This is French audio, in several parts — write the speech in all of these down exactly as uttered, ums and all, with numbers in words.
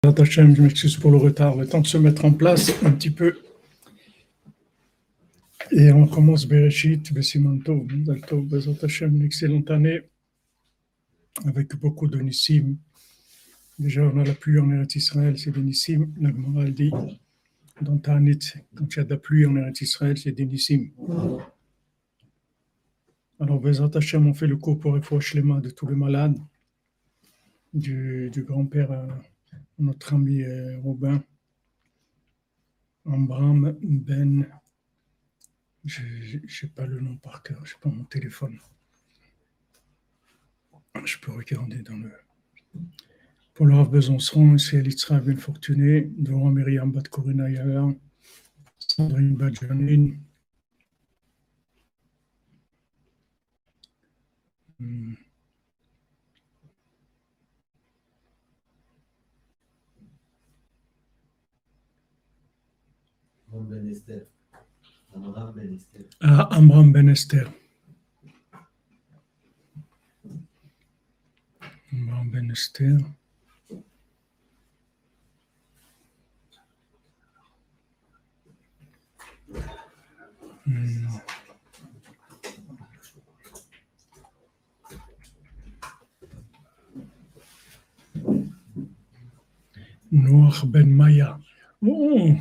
Hachem, je m'excuse pour le retard, le temps de se mettre en place un petit peu. Et on commence Bereshit, Besiman Tov, Tov, Bezat Hachem, une excellente année avec beaucoup de Nissim. Déjà, on a la pluie en Eretz Israël, c'est des Nissim. La Gemara dit dans Ta'anit, quand il y a de la pluie en Eretz Israël, c'est des Nissim. Alors, Bezat Hachem, on fait le cours pour Refoua Shlema de tous les malades, du, du grand-père à notre ami euh, Robin, Ambram Ben. Je n'ai pas le nom par cœur, je n'ai pas mon téléphone. Je peux regarder dans le... Pour le Rav Besançon, c'est Elitra Ben Fortuné, Dora Myriam Bat Corina Yaga, Sandrine Bat Janine. Hmm. Ben Esther. Amram Ben Esther. Ah, Amram Ben Esther. Amram Ben Esther. Hmm. Noach Ben Maya. Oh.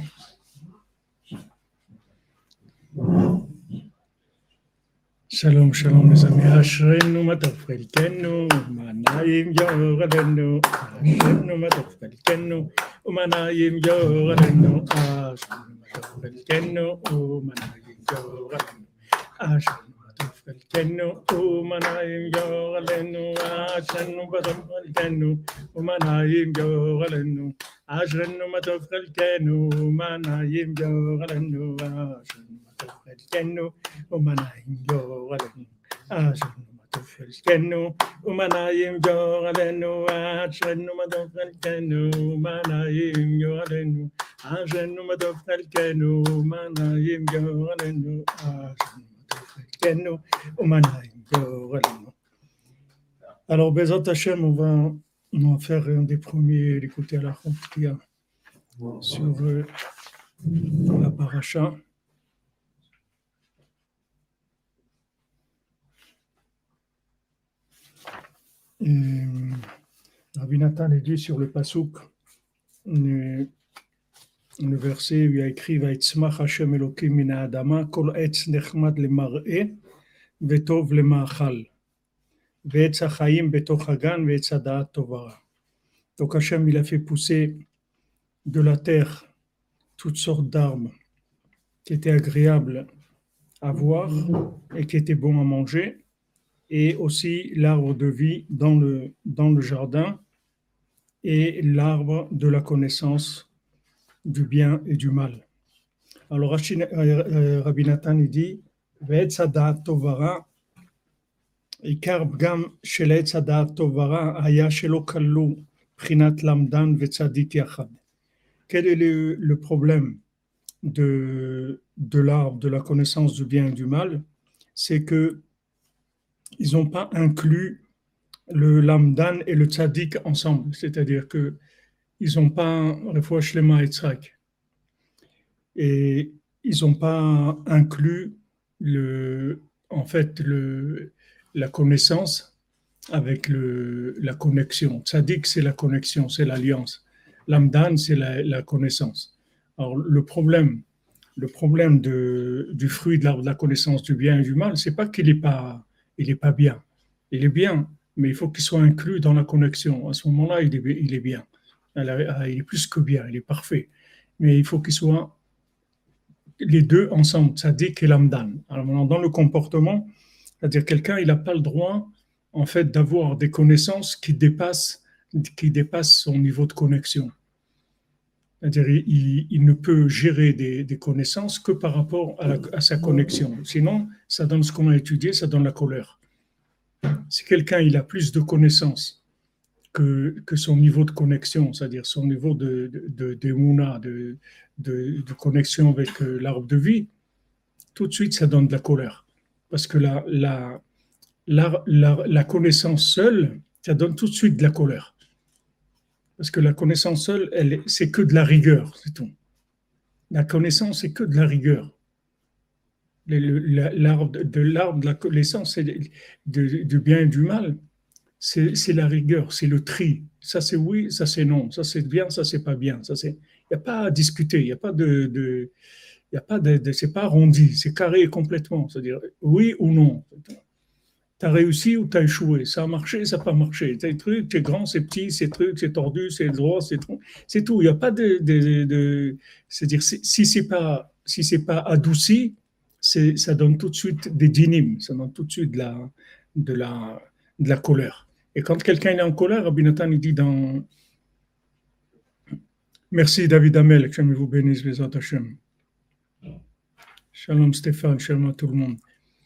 Shalom, shalom les amis. Ashrenu matov chelkenu, umanayim yoralenu. Ashrenu matov chelkenu, umanayim yoralenu. Ashrenu matov chelkenu, umanayim yoralenu. Ashrenu matov chelkenu, umanayim yoralenu. Ashrenu matov chelkenu, umanayim yoralenu. Ashrenu matov chelkenu, umanayim yoralenu. Ashrenu Umanayim yoralenu, Ashrenu matov chelkenu, umanayim yoralenu, Ashrenu matov chelkenu, umanayim yoralenu, Ashrenu matov chelkenu, umanayim yoralenu, Ashrenu matov chelkenu, umanayim yoralenu. Alors, Bezat Hachem, on va, on va faire un des premiers, l'écouter à la Choftia sur euh, la paracha. Et Rabbi Nathan dit sur le Pasuk, le, le verset où il y a écrit Vayitzmach Hashem Elokim min ha'adama kol etz nechmad lemar'eh vetov lema'achal ve'etz ha'chaim betoch hagan ve'etz hada'at tov hara. Donc Hashem il a fait pousser de la terre toutes sortes d'arbres qui étaient agréables à voir et qui étaient bons à manger, et aussi l'arbre de vie dans le, dans le jardin, et l'arbre de la connaissance du bien et du mal. Alors Rabbi Nathan il dit Ve'etz hada'at tov hara ikar pgam shel etz hada'at tov hara haya shelo kallu bchinat lamdan ve'tzadik yachad. Quel est le, le problème de, de l'arbre de la connaissance du bien et du mal? C'est que ils n'ont pas inclus le lamdan et le tzaddik ensemble, c'est-à-dire que ils n'ont pas Refoua Shlema Yitzhak, et ils n'ont pas inclus le, en fait le, la connaissance avec le, la connexion. Tzaddik c'est la connexion, c'est l'alliance. Lamdan c'est la, la connaissance. Alors le problème, le problème de, du fruit de l'arbre de la connaissance du bien et du mal, c'est pas qu'il n'est pas, il est pas bien. Il est bien, mais il faut qu'il soit inclus dans la connexion. À ce moment-là, il est, il est bien. Il est plus que bien, il est parfait. Mais il faut qu'il soit les deux ensemble, tzaddik et lamdan. Alors dans le comportement, c'est-à-dire quelqu'un, il n'a pas le droit, en fait, d'avoir des connaissances qui dépassent, qui dépassent son niveau de connexion. C'est-à-dire il, il ne peut gérer des, des connaissances que par rapport à, la, à sa connexion. Sinon, ça donne ce qu'on a étudié, ça donne la colère. Si quelqu'un il a plus de connaissances que, que son niveau de connexion, c'est-à-dire son niveau de, de, de, de, mouna, de, de, de connexion avec l'arbre de vie, tout de suite ça donne de la colère. Parce que la, la, la, la, la connaissance seule, ça donne tout de suite de la colère. Parce que la connaissance seule, elle, c'est que de la rigueur, c'est tout. La connaissance, c'est que de la rigueur. L'arbre de l'arbre de la connaissance, c'est du bien et du mal, c'est, c'est la rigueur, c'est le tri. Ça c'est oui, ça c'est non, ça c'est bien, ça c'est pas bien. Ça c'est, il n'y a pas à discuter, il n'y a pas de, de il y a pas de, de c'est pas arrondi, c'est carré complètement. C'est-à-dire oui ou non. Tu as réussi ou tu as échoué. Ça a marché, ça n'a pas marché. Tes trucs, c'est grand, c'est petit, c'est truc, c'est tordu, c'est droit, c'est tout. C'est tout. Il n'y a pas de, de, de c'est-à-dire si c'est pas si c'est pas adouci, c'est, ça donne tout de suite des dynimes, ça donne tout de suite de la de la de la colère. Et quand quelqu'un est en colère, Rabbi Nathan il dit dans merci David Amel, que je vous bénisse les autres Hachem. Shalom Stéphane, shalom à tout le monde.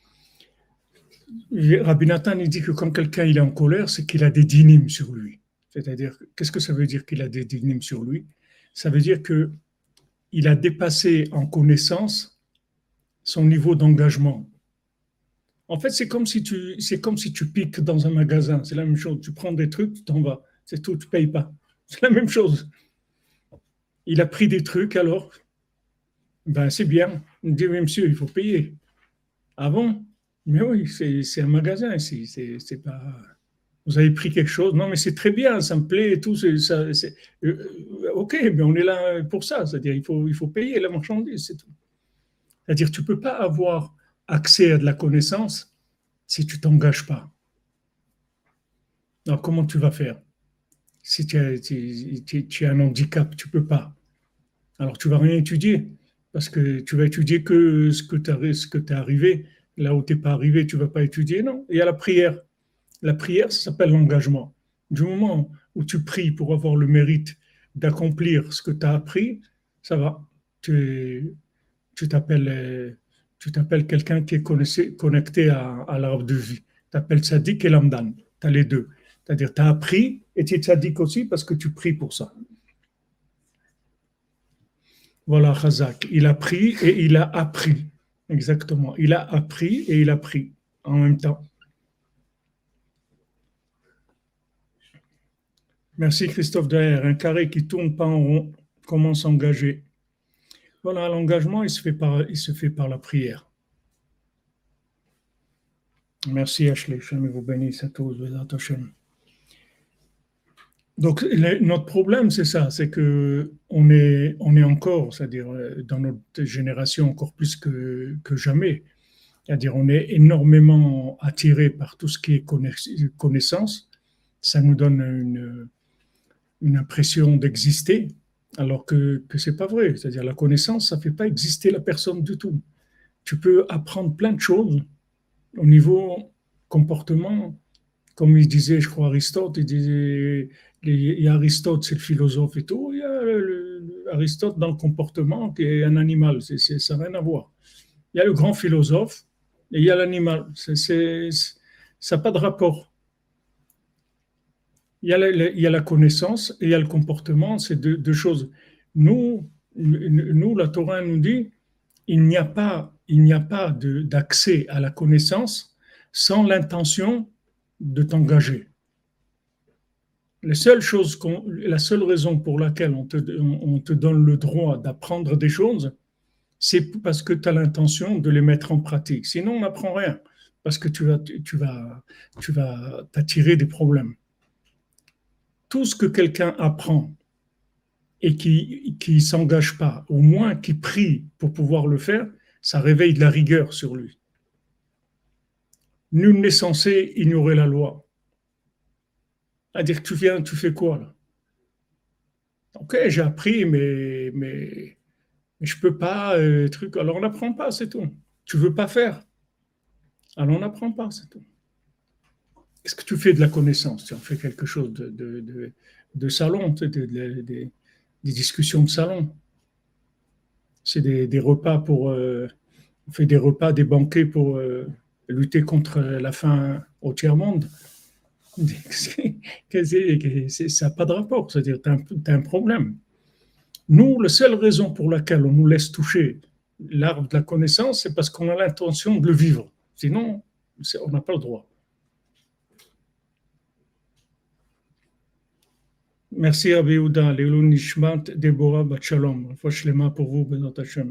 Rabbi Nathan il dit que quand quelqu'un il est en colère, c'est qu'il a des dynimes sur lui. C'est-à-dire, qu'est-ce que ça veut dire qu'il a des dynimes sur lui? Ça veut dire que il a dépassé en connaissance son niveau d'engagement. En fait, c'est comme si tu, c'est comme si tu piques dans un magasin. C'est la même chose. Tu prends des trucs, tu t'en vas. C'est tout, tu ne payes pas. C'est la même chose. Il a pris des trucs, alors, ben c'est bien. Il dit, oui, monsieur, il faut payer. Ah bon? Mais oui, c'est, c'est un magasin ici. C'est, c'est pas... Vous avez pris quelque chose? Non, mais c'est très bien, ça me plaît et tout. C'est, ça, c'est... Euh, ok, mais on est là pour ça. C'est-à-dire, il faut, il faut payer la marchandise, c'est tout. C'est-à-dire, tu ne peux pas avoir accès à de la connaissance si tu ne t'engages pas. Alors, comment tu vas faire? Si tu as, tu, tu, tu as un handicap, tu ne peux pas. Alors, tu ne vas rien étudier, parce que tu vas étudier que ce que tu es arrivé. Là où tu n'es pas arrivé, tu ne vas pas étudier, non. Il y a la prière. La prière, ça s'appelle l'engagement. Du moment où tu pries pour avoir le mérite d'accomplir ce que tu as appris, ça va. Tu, tu t'appelles, tu t'appelles quelqu'un qui est connecté, connecté à, à l'arbre de vie. Tu t'appelles tzaddik et lamdan. Tu as les deux. C'est-à-dire, tu as appris et tu es tzaddik aussi parce que tu pries pour ça. Voilà, Chazak. Il a pris et il a appris. Exactement. Il a appris et il a pris en même temps. Merci Christophe Daher. Un carré qui tourne pas en rond. Comment s'engager? Voilà, l'engagement, il se fait par, il se fait par la prière. Merci Ashley. Je vous bénisse à tous. Donc, le, notre problème, c'est ça, c'est que on est, on est encore, c'est-à-dire dans notre génération encore plus que, que jamais, c'est-à-dire on est énormément attiré par tout ce qui est connaissance. Ça nous donne une, une impression d'exister, alors que que c'est pas vrai. C'est-à-dire la connaissance, ça fait pas exister la personne du tout. Tu peux apprendre plein de choses au niveau comportement. Comme il disait, je crois, Aristote, il disait, il y a Aristote, c'est le philosophe et tout, il y a le, le, Aristote dans le comportement qui est un animal, c'est, c'est, ça n'a rien à voir. Il y a le grand philosophe et il y a l'animal, c'est, c'est, ça n'a pas de rapport. Il y, a la, il y a la connaissance et il y a le comportement, c'est deux, deux choses. Nous, nous, la Torah nous dit, il n'y a pas, il n'y a pas de, d'accès à la connaissance sans l'intention de t'engager. La seule chose qu'on, la seule raison pour laquelle on te, on te donne le droit d'apprendre des choses, c'est parce que tu as l'intention de les mettre en pratique. Sinon, on n'apprend rien, parce que tu vas, tu vas, tu vas t'attirer des problèmes. Tout ce que quelqu'un apprend et qui qui s'engage pas, au moins qui prie pour pouvoir le faire, ça réveille de la rigueur sur lui. Nul n'est censé ignorer la loi. C'est-à-dire que tu viens, tu fais quoi là? Ok, j'ai appris, mais, mais, mais je ne peux pas, euh, truc. Alors on n'apprend pas, c'est tout. Tu ne veux pas faire. Alors on n'apprend pas, c'est tout. Est-ce que tu fais de la connaissance? Tu en fais quelque chose de, de, de, de salon, de, de, de, de, des discussions de salon. C'est des, des repas pour... Euh, on fait des repas, des banquets pour euh, lutter contre la faim au tiers-monde. Ça n'a pas de rapport, c'est-à-dire tu as un problème. Nous, la seule raison pour laquelle on nous laisse toucher l'arbre de la connaissance, c'est parce qu'on a l'intention de le vivre. Sinon, on n'a pas le droit. Merci Rabbi Yehuda, Leilou Nishmat, Déborah Bat Shalom. Fois Shlema pour vous, Bezat Hashem.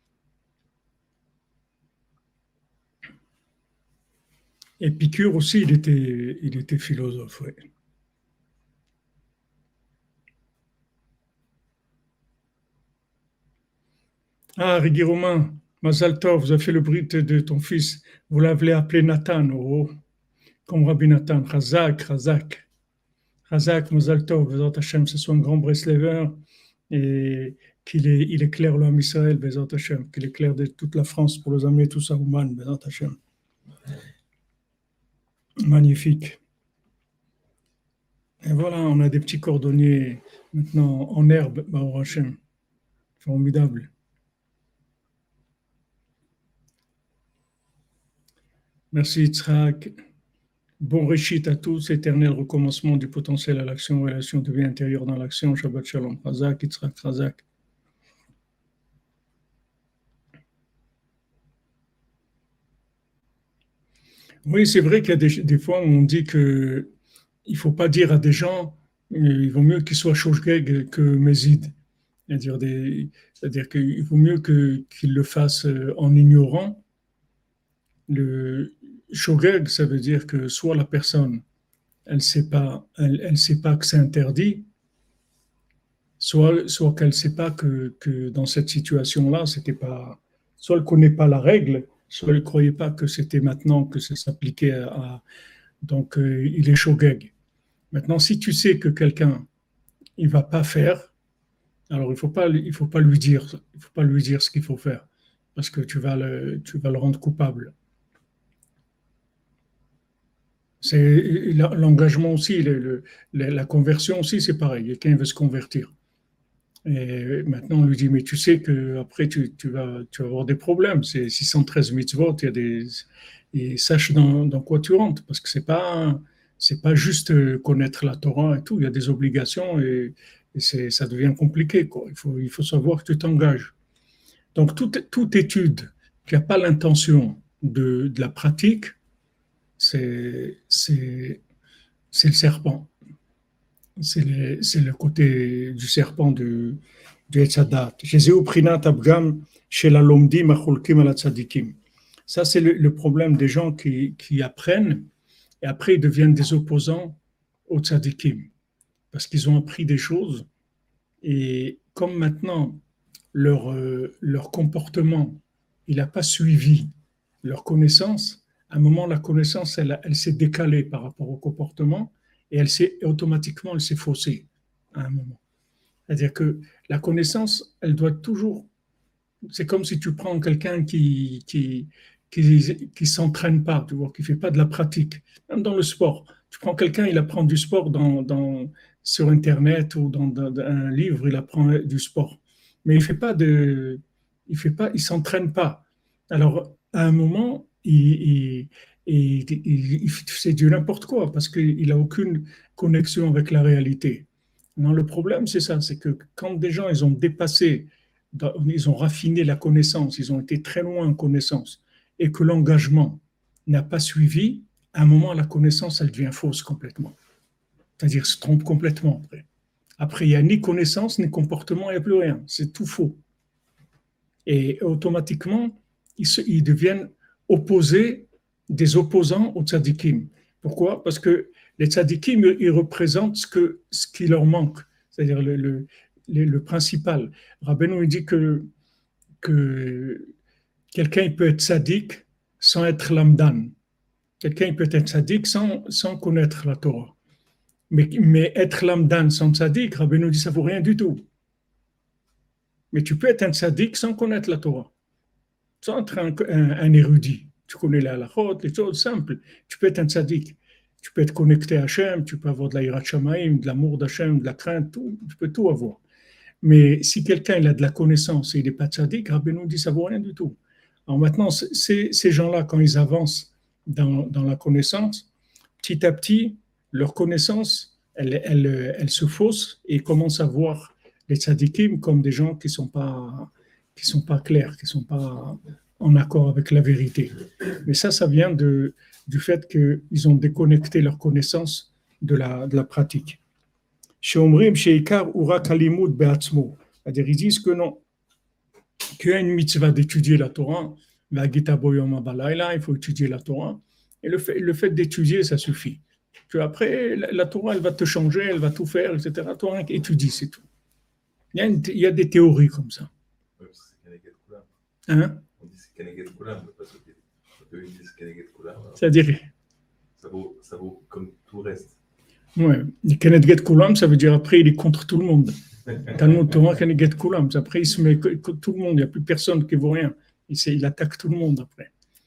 Épicure aussi, il était, il était philosophe, oui. Ah, Régis Romain, Mazal Tov, vous avez fait le brit de ton fils. Vous l'avez appelé Nathan, oh, comme Rabbi Nathan. Chazak, Chazak. Chazak, Mazal Tov, Bezat Hashem, ce soit un grand Breslever et qu'il est, il éclaire l'homme Israël, Bezat Hashem, qu'il éclaire de toute la France pour les amener tous à Ouman, Bezat Hashem. Magnifique. Et voilà, on a des petits cordonniers maintenant en herbe, Baruch Hashem. Formidable. Merci Yitzhak. Bon réchit à tous, éternel recommencement du potentiel à l'action, relation de vie intérieure dans l'action. Shabbat Shalom. Razak, Yitzhak, Razak. Oui, c'est vrai qu'il y a des, des fois où on dit que il ne faut pas dire à des gens, euh, il vaut mieux qu'ils soient Shoshgeg que Mézid. C'est-à-dire, des, c'est-à-dire qu'il vaut mieux que, qu'ils le fassent euh, en ignorant. Le Shogeg, ça veut dire que soit la personne, elle ne sait pas, elle, elle sait pas que c'est interdit, soit, soit qu'elle ne sait pas que, que dans cette situation-là, c'était pas, soit elle ne connaît pas la règle, soit elle ne croyait pas que c'était maintenant que ça s'appliquait à, à- donc euh, il est Shogeg. Maintenant, si tu sais que quelqu'un, il va pas faire, alors il faut pas, il faut pas lui dire, il faut pas lui dire ce qu'il faut faire, parce que tu vas le, tu vas le rendre coupable. C'est l'engagement aussi, le- le- la conversion aussi, c'est pareil. Quelqu'un veut se convertir. Et maintenant, on lui dit, mais tu sais que après tu, tu vas, tu vas avoir des problèmes. C'est six cent treize mitzvot, il y a des, et sache dans, dans quoi tu rentres, parce que c'est pas, c'est pas juste connaître la Torah et tout. Il y a des obligations et, et c'est, ça devient compliqué, quoi. Il faut, il faut savoir que tu t'engages. Donc, toute, toute étude qui n'a pas l'intention de, de la pratique, c'est, c'est, c'est le serpent. C'est le, c'est le côté du serpent du, du Etzadat. Jésus prinat abgam chez la lomdim achulkim ala tzadikim. Ça, c'est le, le problème des gens qui, qui apprennent et après ils deviennent des opposants aux tzadikim parce qu'ils ont appris des choses et comme maintenant leur, euh, leur comportement, il n'a pas suivi leur connaissance, à un moment, la connaissance, elle, elle s'est décalée par rapport au comportement et elle s'est automatiquement, elle s'est faussée à un moment. C'est-à-dire que la connaissance, elle doit toujours. C'est comme si tu prends quelqu'un qui qui qui, qui s'entraîne pas, tu vois, qui fait pas de la pratique, même dans le sport. Tu prends quelqu'un, il apprend du sport dans, dans sur Internet ou dans, dans un livre, il apprend du sport, mais il fait pas de, il fait pas, il s'entraîne pas. Alors à un moment, il, il, il, il- il fait du n'importe quoi parce qu'il a aucune connexion avec la réalité. Non, le problème, c'est ça, c'est que quand des gens, ils ont dépassé, ils ont raffiné la connaissance, ils ont été très loin en connaissance, et que l'engagement n'a pas suivi, à un moment, la connaissance, elle devient fausse complètement. C'est-à-dire, se trompe complètement après. Après, il n'y a ni connaissance, ni comportement, il n'y a plus rien. C'est tout faux. Et automatiquement, ils, se, ils deviennent opposés, des opposants aux tzadikim. Pourquoi? Parce que les tzadikim, ils représentent ce, que, ce qui leur manque, c'est-à-dire le, le, le, le principal. Rabbeinu dit que, que quelqu'un peut être tzaddik sans être lamdan. Quelqu'un peut être tzaddik sans, sans connaître la Torah. Mais, mais être lamdan sans tzaddik, Rabbeinu dit ça ne vaut rien du tout. Mais tu peux être un tzaddik sans connaître la Torah, sans être un, un, un érudit. Tu connais la halachot, les choses simples. Tu peux être un tzaddik. Tu peux être connecté à Hachem, tu peux avoir de la hirat shamayim, de l'amour d'Hachem, de la crainte, tout, tu peux tout avoir. Mais si quelqu'un il a de la connaissance et il n'est pas tzaddik, Rabbeinu dit ça ne vaut rien du tout. Alors maintenant, ces, ces gens-là, quand ils avancent dans, dans la connaissance, petit à petit, leur connaissance, elle, elle, elle se fausse et commence à voir les tzadikim comme des gens qui ne sont pas, qui sont pas clairs, qui ne sont pas en accord avec la vérité. Mais ça, ça vient de, du fait qu'ils ont déconnecté leur connaissance de la, de la pratique. Sheomrim sheikar urak halimud be'atzmo. C'est-à-dire, ils disent que non, qu'il y a une mitzvah d'étudier la Torah, la Gita Boyom Abalayla, il faut étudier la Torah, et le fait, le fait d'étudier, ça suffit. Puis après, la, la Torah, elle va te changer, elle va tout faire, et cetera. Toi, rien qu'étudie, c'est tout. Il y, a une, il y a des théories comme ça. Oui, parce que c'est Keneged Kulam. Hein? On dit c'est Keneged Kulam, parce que eux, ils disent Keneged Kulam. C'est-à-dire, Ça vaut, ça vaut comme tout le reste. ouais, Keneged Kulam, ça veut dire après, il est contre tout le monde. Talmud Torah, Keneged Kulam, après, il se met contre tout le monde, il n'y a plus personne qui vaut rien. Il, il attaque tout le monde après.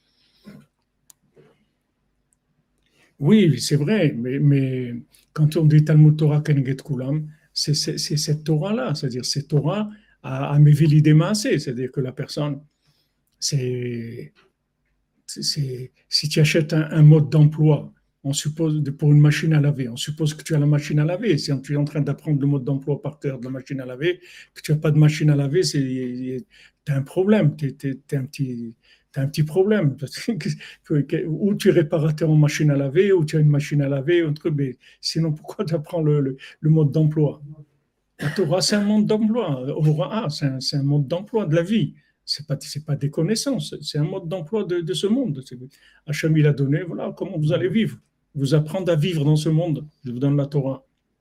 Oui, c'est vrai, mais, mais quand on dit Talmud Torah Keneged Kulam, c'est, c'est, c'est cette Torah-là, c'est-à-dire cette Torah à, à Mevili Demaaseh, c'est-à-dire que la personne, c'est, c'est, c'est si tu achètes un, un mode d'emploi, on suppose pour une machine à laver, on suppose que tu as la machine à laver. Si tu es en train d'apprendre le mode d'emploi par cœur de la machine à laver, que tu n'as pas de machine à laver, c'est, tu as un problème, tu as un petit. C'est un petit problème. Ou tu es réparateur en machine à laver, ou tu as une machine à laver, autre, mais sinon, pourquoi tu apprends le, le, le mode d'emploi? La Torah, c'est un mode d'emploi. Hora, c'est un, c'est un mode d'emploi de la vie. Ce n'est pas, c'est pas des connaissances, c'est un mode d'emploi de, de ce monde. Hachem, il a donné, voilà comment vous allez vivre. Vous apprendre à vivre dans ce monde. Je vous donne la Torah.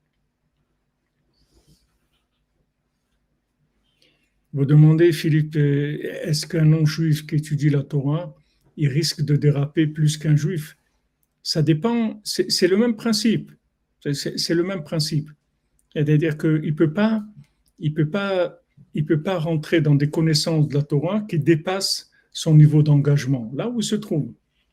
Vous demandez, Philippe, est-ce qu'un non-juif qui étudie la Torah, il risque de déraper plus qu'un juif? Ça dépend, c'est, c'est le même principe. C'est, c'est le même principe. C'est-à-dire qu'il ne peut pas, il peut pas, il peut pas rentrer dans des connaissances de la Torah qui dépassent son niveau d'engagement, là où il se trouve.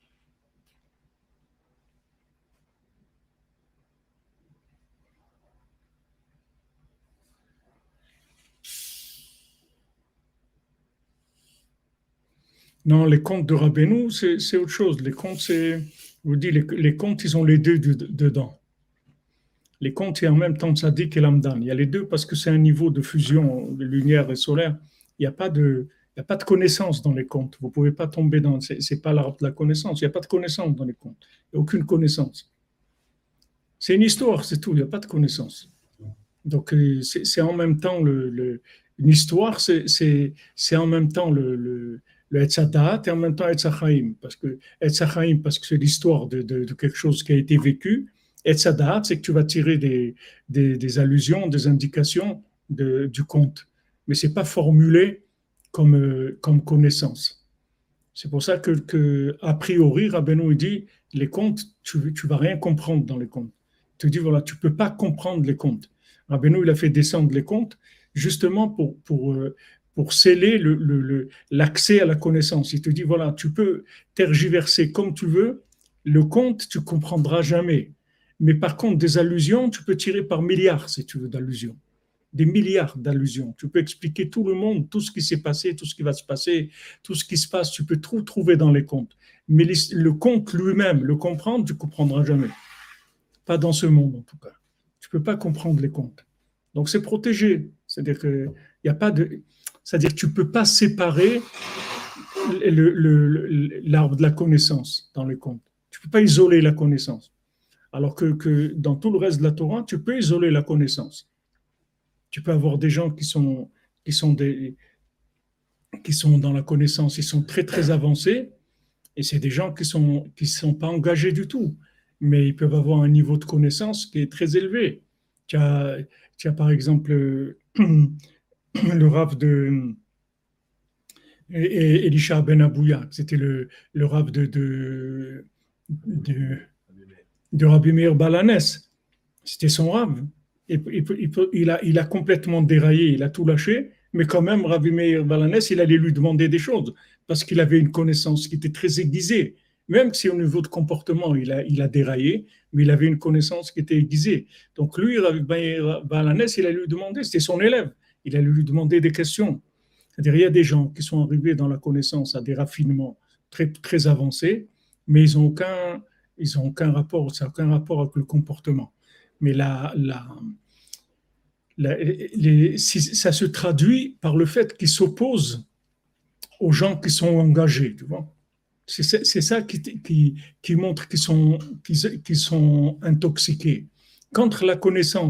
Non, les contes de Rabbeinu, c'est, c'est autre chose. Les contes, c'est, je vous dis, les, les contes, ils ont les deux du- dedans. Les contes, et en même temps tzaddik et lamdan. Il y a les deux parce que c'est un niveau de fusion de lumière et solaire. Il n'y a pas de, il y a pas de connaissance dans les contes. Vous ne pouvez pas tomber dans, c'est, c'est pas l'arbre de la connaissance. Il n'y a pas de connaissance dans les contes. Il n'y a aucune connaissance. C'est une histoire, c'est tout. Il n'y a pas de connaissance. Donc, euh, c'est, c'est en même temps le, le- une histoire, c'est, c'est, c'est en même temps le, le, le Etz Hadaat et en même temps Etz Hachaim. Parce que Etz Hachaim, parce que c'est l'histoire de, de, de quelque chose qui a été vécu. Etz Hadaat, c'est que tu vas tirer des, des, des allusions, des indications de, du conte. Mais c'est pas formulé comme, euh, comme connaissance. C'est pour ça que, que a priori, Rabbeinu dit, les contes, tu, tu vas rien comprendre dans les contes. Il te dit, voilà, tu peux pas comprendre les contes. Rabbeinu, il a fait descendre les contes justement pour, pour, euh, pour sceller le, le, le- l'accès à la connaissance. Il te dit, voilà, tu peux tergiverser comme tu veux, le conte, tu comprendras jamais. Mais par contre, des allusions, tu peux tirer par milliards, si tu veux, d'allusions. Des milliards d'allusions. Tu peux expliquer tout le monde, tout ce qui s'est passé, tout ce qui va se passer, tout ce qui se passe, tu peux tout trouver dans les contes. Mais les- le conte lui-même, le comprendre, tu ne comprendras jamais. Pas dans ce monde, en tout cas. Tu ne peux pas comprendre les contes. Donc, c'est protégé. C'est-à-dire que il y a pas de. C'est-à-dire que tu ne peux pas séparer le- le- le- l'arbre de la connaissance dans les contes. Tu ne peux pas isoler la connaissance. Alors que, que dans tout le reste de la Torah, tu peux isoler la connaissance. Tu peux avoir des gens qui sont, qui sont, des, qui sont dans la connaissance, ils sont très très avancés, et c'est des gens qui sont qui sont pas engagés du tout, mais ils peuvent avoir un niveau de connaissance qui est très élevé. Tu as, tu as par exemple euh, le Rav de et- Elisha Ben Abouya, c'était le, le Rav de, de, de, de Rabbi Meir Balanès. C'était son Rav. Et, il, il- il a, il a complètement déraillé, il a tout lâché, mais quand même, Rabbi Meir Balanès, il allait lui demander des choses, parce qu'il avait une connaissance qui était très aiguisée. Même si au niveau de comportement, il a, il a déraillé, mais il avait une connaissance qui était aiguisée. Donc lui, Rabbi Meir Balanès, il allait lui demander, c'était son élève, il allait lui demander des questions. C'est-à-dire, il y a des gens qui sont arrivés dans la connaissance à des raffinements très, très avancés, mais ils n'ont aucun, ils ont aucun rapport, ça n'a aucun rapport avec le comportement. Mais la, la, la- les- si- ça se traduit par le fait qu'ils s'opposent aux gens qui sont engagés, tu vois. C'est ça c'est ça qui, qui, qui montre qu'ils sont, qu'ils, qu'ils sont intoxiqués. Contre la connaissance,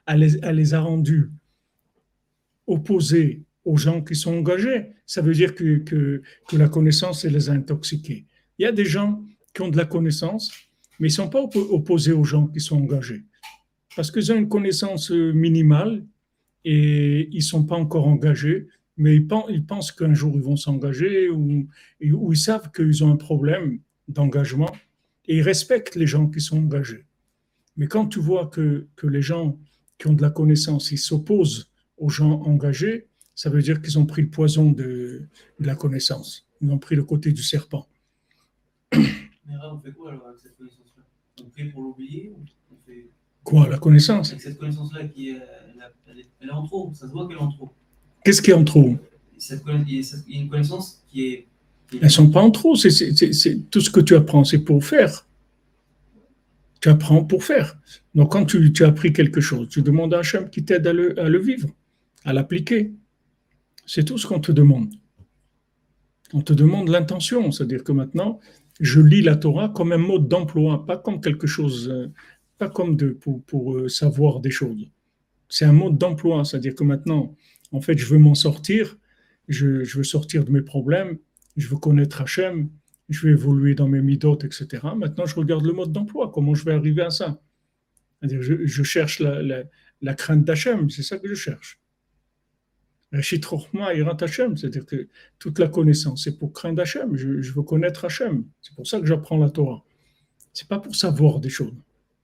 elle les, elle les a rendus opposés aux gens qui sont engagés, ça veut dire que, que, que la connaissance elle les a intoxiqués. Il y a des gens qui ont de la connaissance, mais ils ne sont pas opposés aux gens qui sont engagés. Parce qu'ils ont une connaissance minimale et ils ne sont pas encore engagés, mais ils pensent, ils pensent qu'un jour ils vont s'engager ou, ou ils savent qu'ils ont un problème d'engagement et ils respectent les gens qui sont engagés. Mais quand tu vois que, que les gens qui ont de la connaissance, ils s'opposent aux gens engagés, ça veut dire qu'ils ont pris le poison de, de la connaissance. Ils ont pris le côté du serpent. Mais Rav, on fait quoi alors avec cette connaissance-là? On prie pour l'oublier ou on fait... Quoi, la connaissance? Avec cette connaissance-là qui est, elle, est, elle est en trop, ça se voit qu'elle est en trop. Qu'est-ce qui est en trop? Cette, il y a une connaissance qui est... Qui est... Elles ne sont pas en trop, c'est, c'est, c'est, c'est, tout ce que tu apprends, c'est pour faire. Tu apprends pour faire. Donc quand tu, tu as appris quelque chose, tu demandes à Hachem qui t'aide à le, à le vivre, à l'appliquer. C'est tout ce qu'on te demande. On te demande l'intention, c'est-à-dire que maintenant, je lis la Torah comme un mode d'emploi, pas comme quelque chose, pas comme de, pour, pour savoir des choses. C'est un mode d'emploi, c'est-à-dire que maintenant, en fait, je veux m'en sortir, je, je veux sortir de mes problèmes, je veux connaître Hachem, je vais évoluer dans mes midotes, et cetera. Maintenant, je regarde le mode d'emploi, comment je vais arriver à ça. C'est-à-dire, je, je cherche la, la, la crainte d'Hachem, c'est ça que je cherche. Reshit Chochma Yirat Hachem, c'est-à-dire que toute la connaissance, c'est pour craindre Hachem, je, je veux connaître Hachem. C'est pour ça que j'apprends la Torah. C'est pas pour savoir des choses.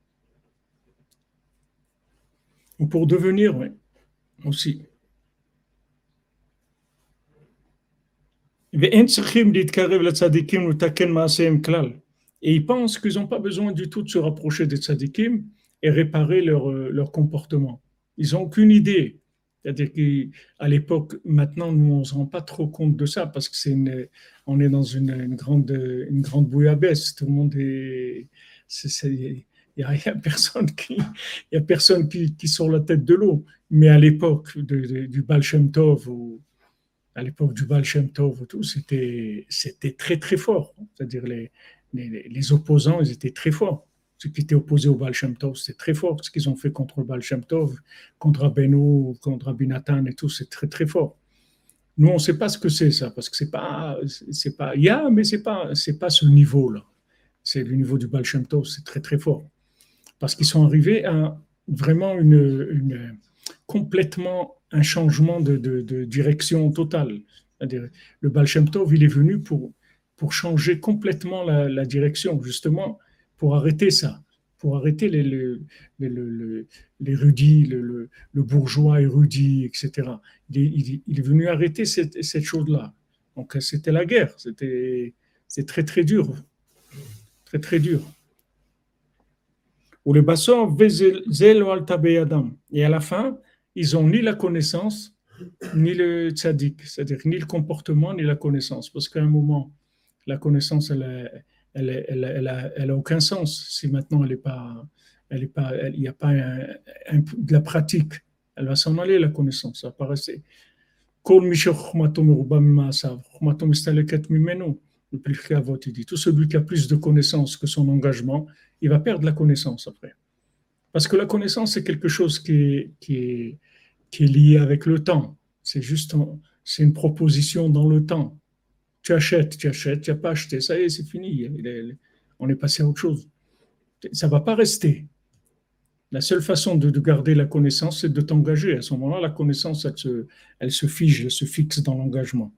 Ou pour devenir, oui, aussi. Et ils pensent qu'ils n'ont pas besoin du tout de se rapprocher des tzadikim et réparer leur, leur comportement. Ils n'ont aucune idée. C'est-à-dire qu'à l'époque, maintenant, nous, on ne se rend pas trop compte de ça parce que c'est une, on est dans une, une grande, une grande bouillabaisse. Tout le monde est... c'est, c'est, il n'y a, a personne, qui, il y a personne qui, qui sort la tête de l'eau. Mais à l'époque de, de, du Baal Shem Tov, ou, à l'époque du Baal Shem Tov, tout, c'était, c'était très très fort. C'est-à-dire les, les, les opposants, ils étaient très forts. Ceux qui étaient opposés au Baal Shem Tov, c'est très fort. Ce qu'ils ont fait contre le Baal Shem Tov, contre Rabbeinu, contre Rabbi Nathan et tout, c'est très très fort. Nous, on ne sait pas ce que c'est ça, parce que c'est pas, c'est pas, il y a, mais c'est pas, c'est pas ce niveau-là. C'est le niveau du Baal Shem Tov, c'est très très fort. Parce qu'ils sont arrivés à vraiment une, une complètement un changement de, de, de direction totale. C'est-à-dire, le Baal Shem Tov, il est venu pour, pour changer complètement la, la direction, justement, pour arrêter ça, pour arrêter les, les, les, les, l'érudit, le, le, le bourgeois érudit, et cetera. Il est, il, il est venu arrêter cette, cette chose-là. Donc, c'était la guerre, c'était, c'était très, très dur. Très, très dur. Ou le basson, et à la fin, ils n'ont ni la connaissance, ni le tzaddik, c'est-à-dire ni le comportement, ni la connaissance. Parce qu'à un moment, la connaissance, elle n'a elle, elle, elle, elle, elle aucun sens. Si maintenant, elle n'est pas, elle est pas, il n'y a pas un, un, de la pratique, elle va s'en aller, la connaissance. Ça paraissait. Tout celui qui a plus de connaissances que son engagement, il va perdre la connaissance après. Parce que la connaissance, c'est quelque chose qui est, qui est, qui est lié avec le temps. C'est juste, c'est une proposition dans le temps. Tu achètes, tu achètes, tu n'as pas acheté, ça y est, c'est fini. On est passé à autre chose. Ça ne va pas rester. La seule façon de, de garder la connaissance, c'est de t'engager. À ce moment-là, la connaissance, elle se, elle se fige, elle se fixe dans l'engagement.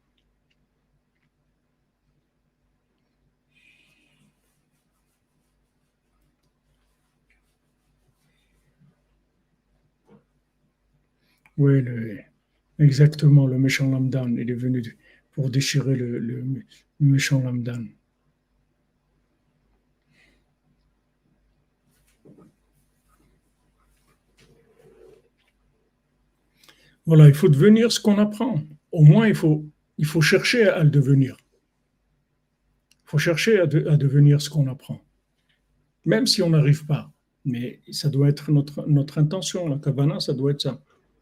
Oui, le, exactement, le méchant Lamdan, il est venu pour déchirer le, le, le méchant Lamdan. Voilà, il faut devenir ce qu'on apprend. Au moins, il faut, il faut chercher à le devenir. Il faut chercher à, de, à devenir ce qu'on apprend. Même si on n'arrive pas. Mais ça doit être notre, notre intention. La kavana, ça doit être ça.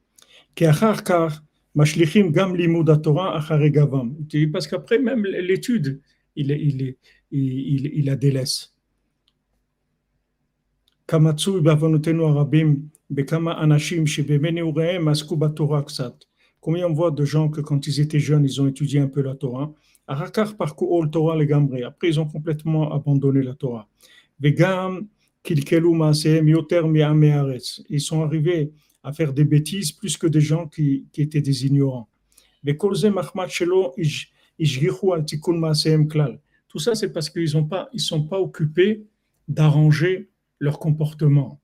Parce qu'après, même l'étude, il, il, il, il la délaisse. Kamatsui bavanotenu arabim Bekama anashim shebemene urehem asku batorah ksat. Combien on voit de gens que quand ils étaient jeunes, ils ont étudié un peu la Torah. Arakar parcouru Torah les gambré. Après, ils ont complètement abandonné la Torah. Vegam kilkelu maasehem yoter mi'amei haaretz. Ils sont arrivés à faire des bêtises plus que des gens qui, qui étaient des ignorants. Vekol ze machmat shelo ishgichu al tikun maasehem klal. Tout ça, c'est parce qu'ils ne pas, ils sont pas occupés d'arranger leur comportement.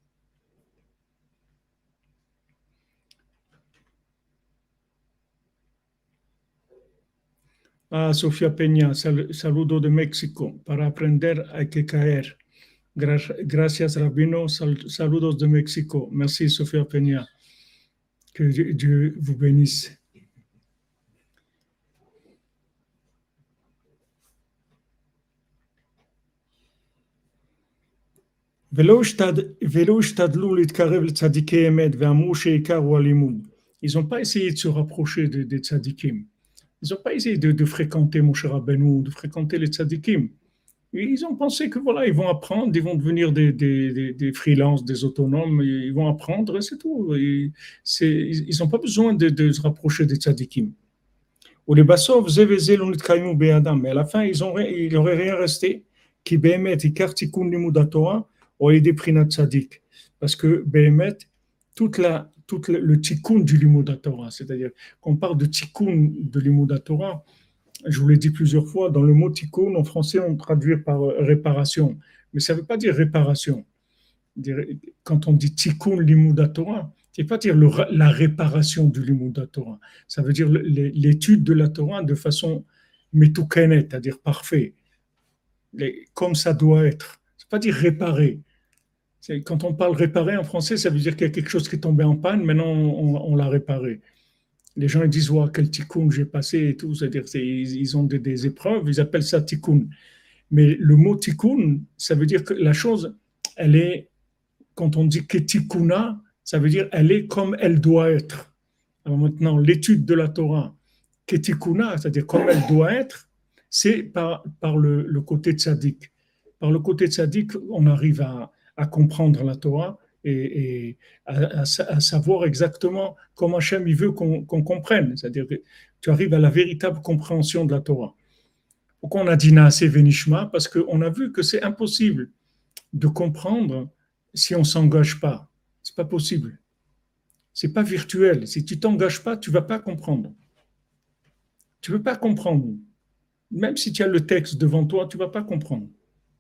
Ah, Sofía Peña, sal, saludo de México, para aprender hay que caer. Gra gracias, Rabino, sal, saludos de México. Merci, Sofía Peña. Que Dieu, Dieu vous bénisse. ולא השתדלו להתקרב לצדיקי אמת ואמרו שעיקר הוא הלימוד. Ils n'ont pas essayé de se rapprocher des de tzadikim. Ils n'ont pas essayé de, de fréquenter Moshe Rabbeinu, de fréquenter les tzadikim. Ils ont pensé que voilà, ils vont apprendre, ils vont devenir des, des, des, des freelances, des autonomes, ils vont apprendre et c'est tout. Et c'est, ils n'ont pas besoin de, de se rapprocher des tzadikim. Ou les bassov, zévézé l'onitkaymu be'adam. Mais à la fin, ils ont, il n'aurait rien resté qui be'emet ikar tikun limud Torah ou aidé prinat tzadik. Parce que be'emet, toute la tout le tikkun du limud Torah, c'est-à-dire qu'on parle de tikkun de limud Torah, je vous l'ai dit plusieurs fois, dans le mot tikkun, en français, on traduit par réparation, mais ça ne veut pas dire réparation. Quand on dit tikkun limud Torah, ça ne veut pas dire le, la réparation du limud Torah, ça veut dire l'étude de la Torah de façon metukenet, c'est-à-dire parfait, comme ça doit être. Ça ne veut pas dire réparer. Quand on parle réparer en français, ça veut dire qu'il y a quelque chose qui est tombé en panne, maintenant on, on, on l'a réparé. Les gens ils disent ouais, quel tikkun j'ai passé et tout, c'est-à-dire c'est, ils ont des, des épreuves, ils appellent ça tikkun. Mais le mot tikkun, ça veut dire que la chose, elle est, quand on dit que tikkuna, ça veut dire elle est comme elle doit être. Alors maintenant, l'étude de la Torah, que tikkuna, c'est-à-dire comme elle doit être, c'est par, par le, le côté tzaddik. Par le côté tzaddik, on arrive à à comprendre la Torah et, et à, à, à savoir exactement comment Hachem il veut qu'on, qu'on comprenne. C'est-à-dire que tu arrives à la véritable compréhension de la Torah. Pourquoi on a dit Naase Venishma? Parce qu'on a vu que c'est impossible de comprendre si on ne s'engage pas. Ce n'est pas possible. Ce n'est pas virtuel. Si tu ne t'engages pas, tu ne vas pas comprendre. Tu ne peux pas comprendre. Même si tu as le texte devant toi, tu ne vas pas comprendre.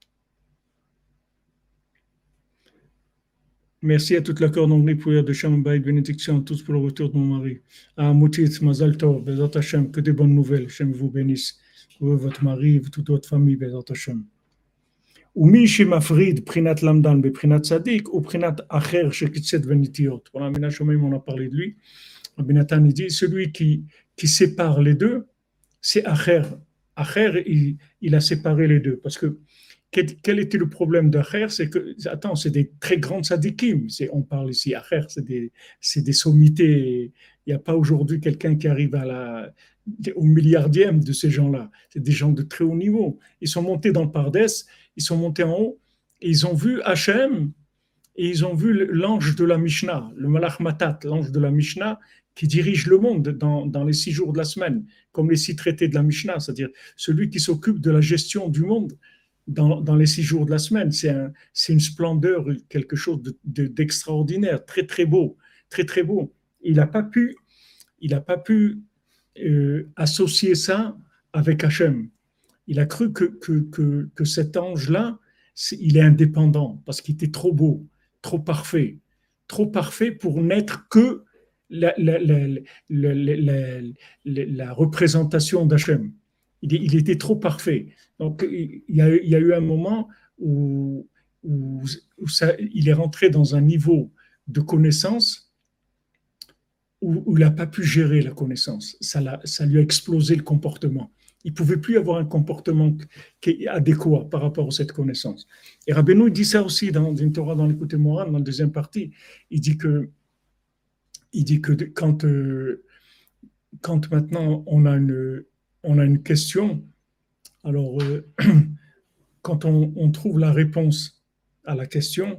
Merci à toute la cordonnerie prière de Shalom Bayit, bénédiction à tous pour le retour de mon mari. À Moutit, Mazal Tov, Bezat Hashem, que des bonnes nouvelles. Hashem vous bénisse. Vous, votre mari, toute votre famille, Bezat Hashem. Umi shemafrid prinat lamdan be prinat tzadik ou prinat acher shekitzet venitiot. Voilà, Mina Shomim, on a parlé de lui. Rabbi Nathan, il dit, celui qui, qui sépare les deux, c'est acher. Acher, il, il a séparé les deux. Parce que quel était le problème d'Acher? C'est que, attends, c'est des très grandes sadikim. C'est, on parle ici, Acher, c'est des, c'est des sommités. Il n'y a pas aujourd'hui quelqu'un qui arrive à la, au milliardième de ces gens-là. C'est des gens de très haut niveau. Ils sont montés dans le Pardes, ils sont montés en haut, et ils ont vu Hachem, et ils ont vu l'ange de la Mishnah, le Malach Matat, l'ange de la Mishnah, qui dirige le monde dans, dans les six jours de la semaine, comme les six traités de la Mishnah, c'est-à-dire celui qui s'occupe de la gestion du monde Dans, dans les six jours de la semaine. C'est, un, c'est une splendeur, quelque chose de, de, d'extraordinaire, très très beau, très très beau. Il n'a pas pu, il n'a pas pu euh, associer ça avec Hachem. Il a cru que, que, que, que cet ange-là, il est indépendant parce qu'il était trop beau, trop parfait, trop parfait pour n'être que la, la, la, la, la, la, la, la représentation d'Hachem. Il, il était trop parfait. Donc, il y a, il y a eu un moment où, où, où ça, il est rentré dans un niveau de connaissance où, où il n'a pas pu gérer la connaissance. Ça, l'a, ça lui a explosé le comportement. Il ne pouvait plus avoir un comportement qui est adéquat par rapport à cette connaissance. Et Rabbeinu dit ça aussi dans une Torah dans l'Écoute Moran, dans la deuxième partie. Il dit que, il dit que quand, euh, quand maintenant on a une, on a une question, alors, euh, quand on, on trouve la réponse à la question,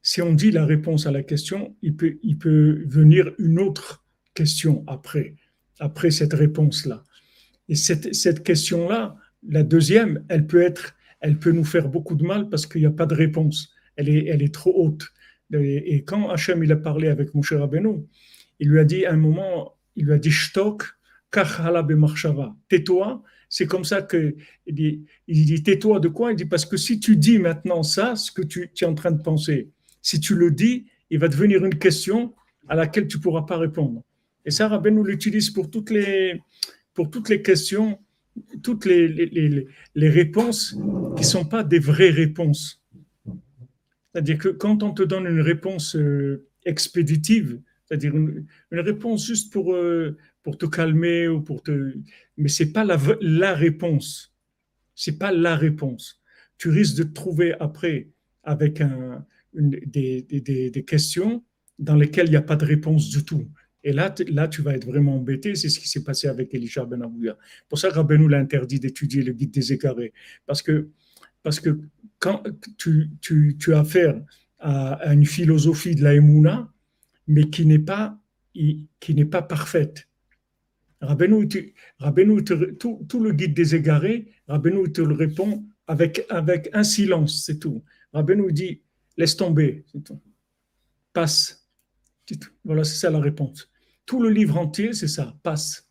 si on dit la réponse à la question, il peut, il peut venir une autre question après, après cette réponse-là. Et cette, cette question-là, la deuxième, elle peut être, elle peut nous faire beaucoup de mal parce qu'il n'y a pas de réponse. Elle est, elle est trop haute. Et, et quand Hachem il a parlé avec Moshe Rabbeinu, il lui a dit à un moment, il lui a dit Shtok, kach hala b'machshava. Tais-toi. C'est comme ça que il dit, il dit tais-toi de quoi? Il dit parce que si tu dis maintenant ça, ce que tu, tu es en train de penser, si tu le dis, il va devenir une question à laquelle tu ne pourras pas répondre. Et ça, Rabbeinu l'utilise pour toutes les, pour toutes les questions, toutes les, les, les, les réponses qui ne sont pas des vraies réponses. C'est-à-dire que quand on te donne une réponse euh, expéditive, c'est-à-dire une, une réponse juste pour, euh, pour te calmer ou pour te... Mais ce n'est pas la, la réponse. Ce n'est pas la réponse. Tu risques de te trouver après avec un, une, des, des, des questions dans lesquelles il n'y a pas de réponse du tout. Et là, là, tu vas être vraiment embêté. C'est ce qui s'est passé avec Elisha ben Abouya. Pour ça, Rabbeinu l'a interdit d'étudier le guide des égarés. Parce que, parce que quand tu, tu, tu as affaire à, à une philosophie de la Emouna, mais qui n'est pas, qui n'est pas parfaite. Rabbeinu, Rabbeinu tout, tout le guide des égarés, Rabbeinu te le répond avec, avec un silence, c'est tout. Rabbeinu dit, laisse tomber, c'est tout. Passe. C'est tout. Voilà, c'est ça la réponse. Tout le livre entier, c'est ça, passe.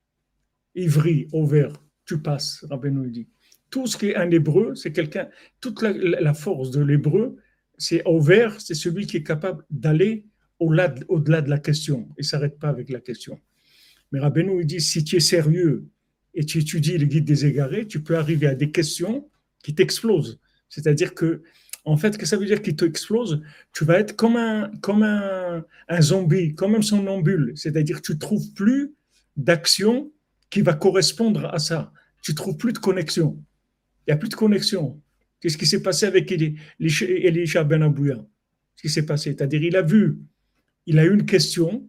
Ivri, au vert, tu passes, Rabbeinu dit. Tout ce qui est un hébreu, c'est quelqu'un, toute la, la force de l'hébreu, c'est au vert, c'est celui qui est capable d'aller au-delà de, au-delà de la question. Il ne s'arrête pas avec la question. Mais Rabbeinu il dit, si tu es sérieux et tu étudies le guide des égarés, tu peux arriver à des questions qui t'explosent. C'est-à-dire que, en fait, qu'est-ce que ça veut dire qui t'explose? Tu vas être comme un, comme un, un zombie, comme un somnambule. C'est-à-dire que tu ne trouves plus d'action qui va correspondre à ça. Tu ne trouves plus de connexion. Il n'y a plus de connexion. Qu'est-ce qui s'est passé avec Elisha ben Abouya? Ce qui s'est passé, c'est-à-dire il a vu, il a eu une question.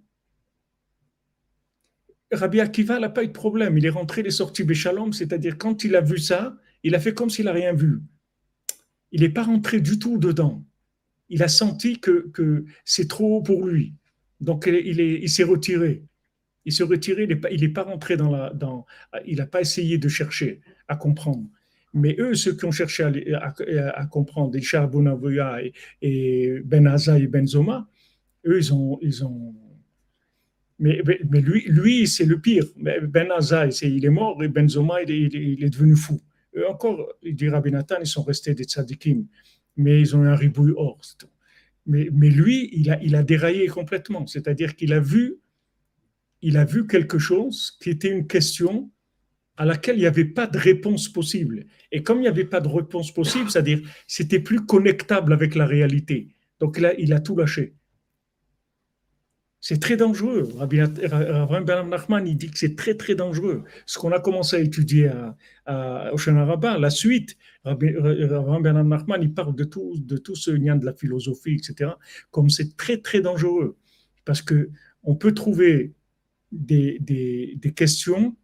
Rabbi Akiva n'a pas eu de problème. Il est rentré, il est sorti Béchalom, c'est-à-dire quand il a vu ça, il a fait comme s'il n'a rien vu. Il n'est pas rentré du tout dedans. Il a senti que, que c'est trop haut pour lui. Donc il, est, il s'est retiré. Il s'est retiré, il n'est pas, il est pas rentré dans la... Dans, il n'a pas essayé de chercher à comprendre. Mais eux, ceux qui ont cherché à, à, à comprendre, Isha ben Abouya et, et Ben Azai et Ben Zoma, eux, ils ont... Ils ont Mais, mais lui, lui, c'est le pire. Ben Azai, c'est, il est mort et Ben Zoma, il est, il est, il est devenu fou. Eux encore, il dit Rabbi Nathan, ils sont restés des tzadikim, mais ils ont eu un ribouille or. Mais, mais lui, il a, il a déraillé complètement. C'est-à-dire qu'il a vu, il a vu quelque chose qui était une question à laquelle il n'y avait pas de réponse possible. Et comme il n'y avait pas de réponse possible, c'est-à-dire c'était plus connectable avec la réalité. Donc là, il a tout lâché. C'est très dangereux. Rabbi Ben Nachman, il dit que c'est très, très dangereux. Ce qu'on a commencé à étudier à, à Oshana Rabbah, la suite, Rabbi Ben Nachman, il parle de tout, de tout ce lien de la philosophie, et cetera, comme c'est très, très dangereux. Parce qu'on peut trouver des, des, des questions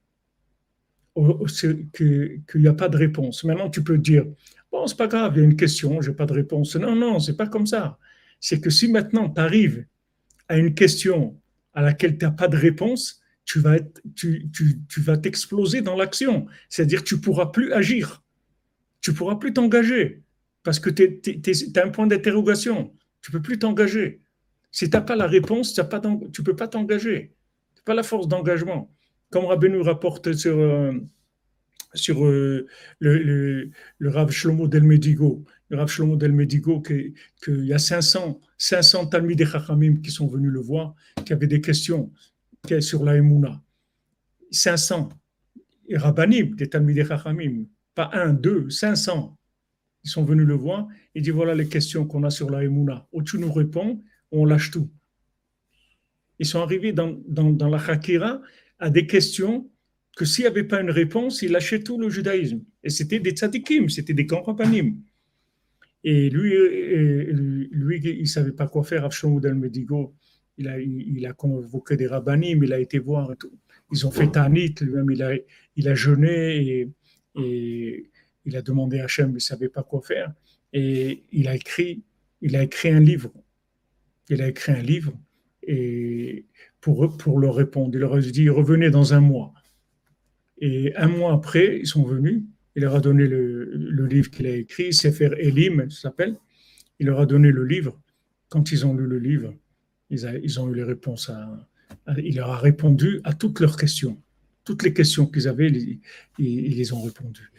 qu'il n'y a pas de réponse. Maintenant, tu peux dire, bon, c'est pas grave, il y a une question, je n'ai pas de réponse. Non, non, c'est pas comme ça. C'est que si maintenant tu arrives à une question à laquelle tu n'as pas de réponse, tu vas, être, tu, tu, tu vas t'exploser dans l'action. C'est-à-dire que tu ne pourras plus agir. Tu ne pourras plus t'engager. Parce que tu as un point d'interrogation. Tu ne peux plus t'engager. Si tu n'as pas la réponse, tu ne peux pas t'engager. Tu n'as pas la force d'engagement. Comme Rabbeinu rapporte sur, euh, sur euh, le, le, le Rav Shlomo Del Medigo, le Rav Shlomo Del Medigo, qu'il y a cinq cents, cinq cents Talmidei Chachamim qui sont venus le voir, qui avaient des questions sur la Emouna. cinq cents. Et Rabbanim, des Talmidei Chachamim, pas un, deux, cinq cents. Ils sont venus le voir. Il dit voilà les questions qu'on a sur la Emouna. Où tu nous réponds, on lâche tout. Ils sont arrivés dans, dans, dans la Chakira à des questions que s'il n'y avait pas une réponse, ils lâchaient tout le judaïsme. Et c'était des tzadikim, c'était des grands rabbanim. Et lui, lui, il ne savait pas quoi faire. Rav Shlomo Del Medigo, il a, il a convoqué des rabbanim, il a été voir et tout. Ils ont fait Tanit, lui-même, il a, il a jeûné et, et il a demandé à Hachem, il ne savait pas quoi faire. Et il a écrit il a écrit un livre. Il a écrit un livre et pour, pour leur répondre. Il leur a dit, revenez dans un mois. Et un mois après, ils sont venus. Il leur a donné le, le livre qu'il a écrit, Sefer Elim, ça s'appelle. Il leur a donné le livre. Quand ils ont lu le livre, ils, a, ils ont eu les réponses. À, à, il leur a répondu à toutes leurs questions. Toutes les questions qu'ils avaient, ils, ils, ils les ont répondues.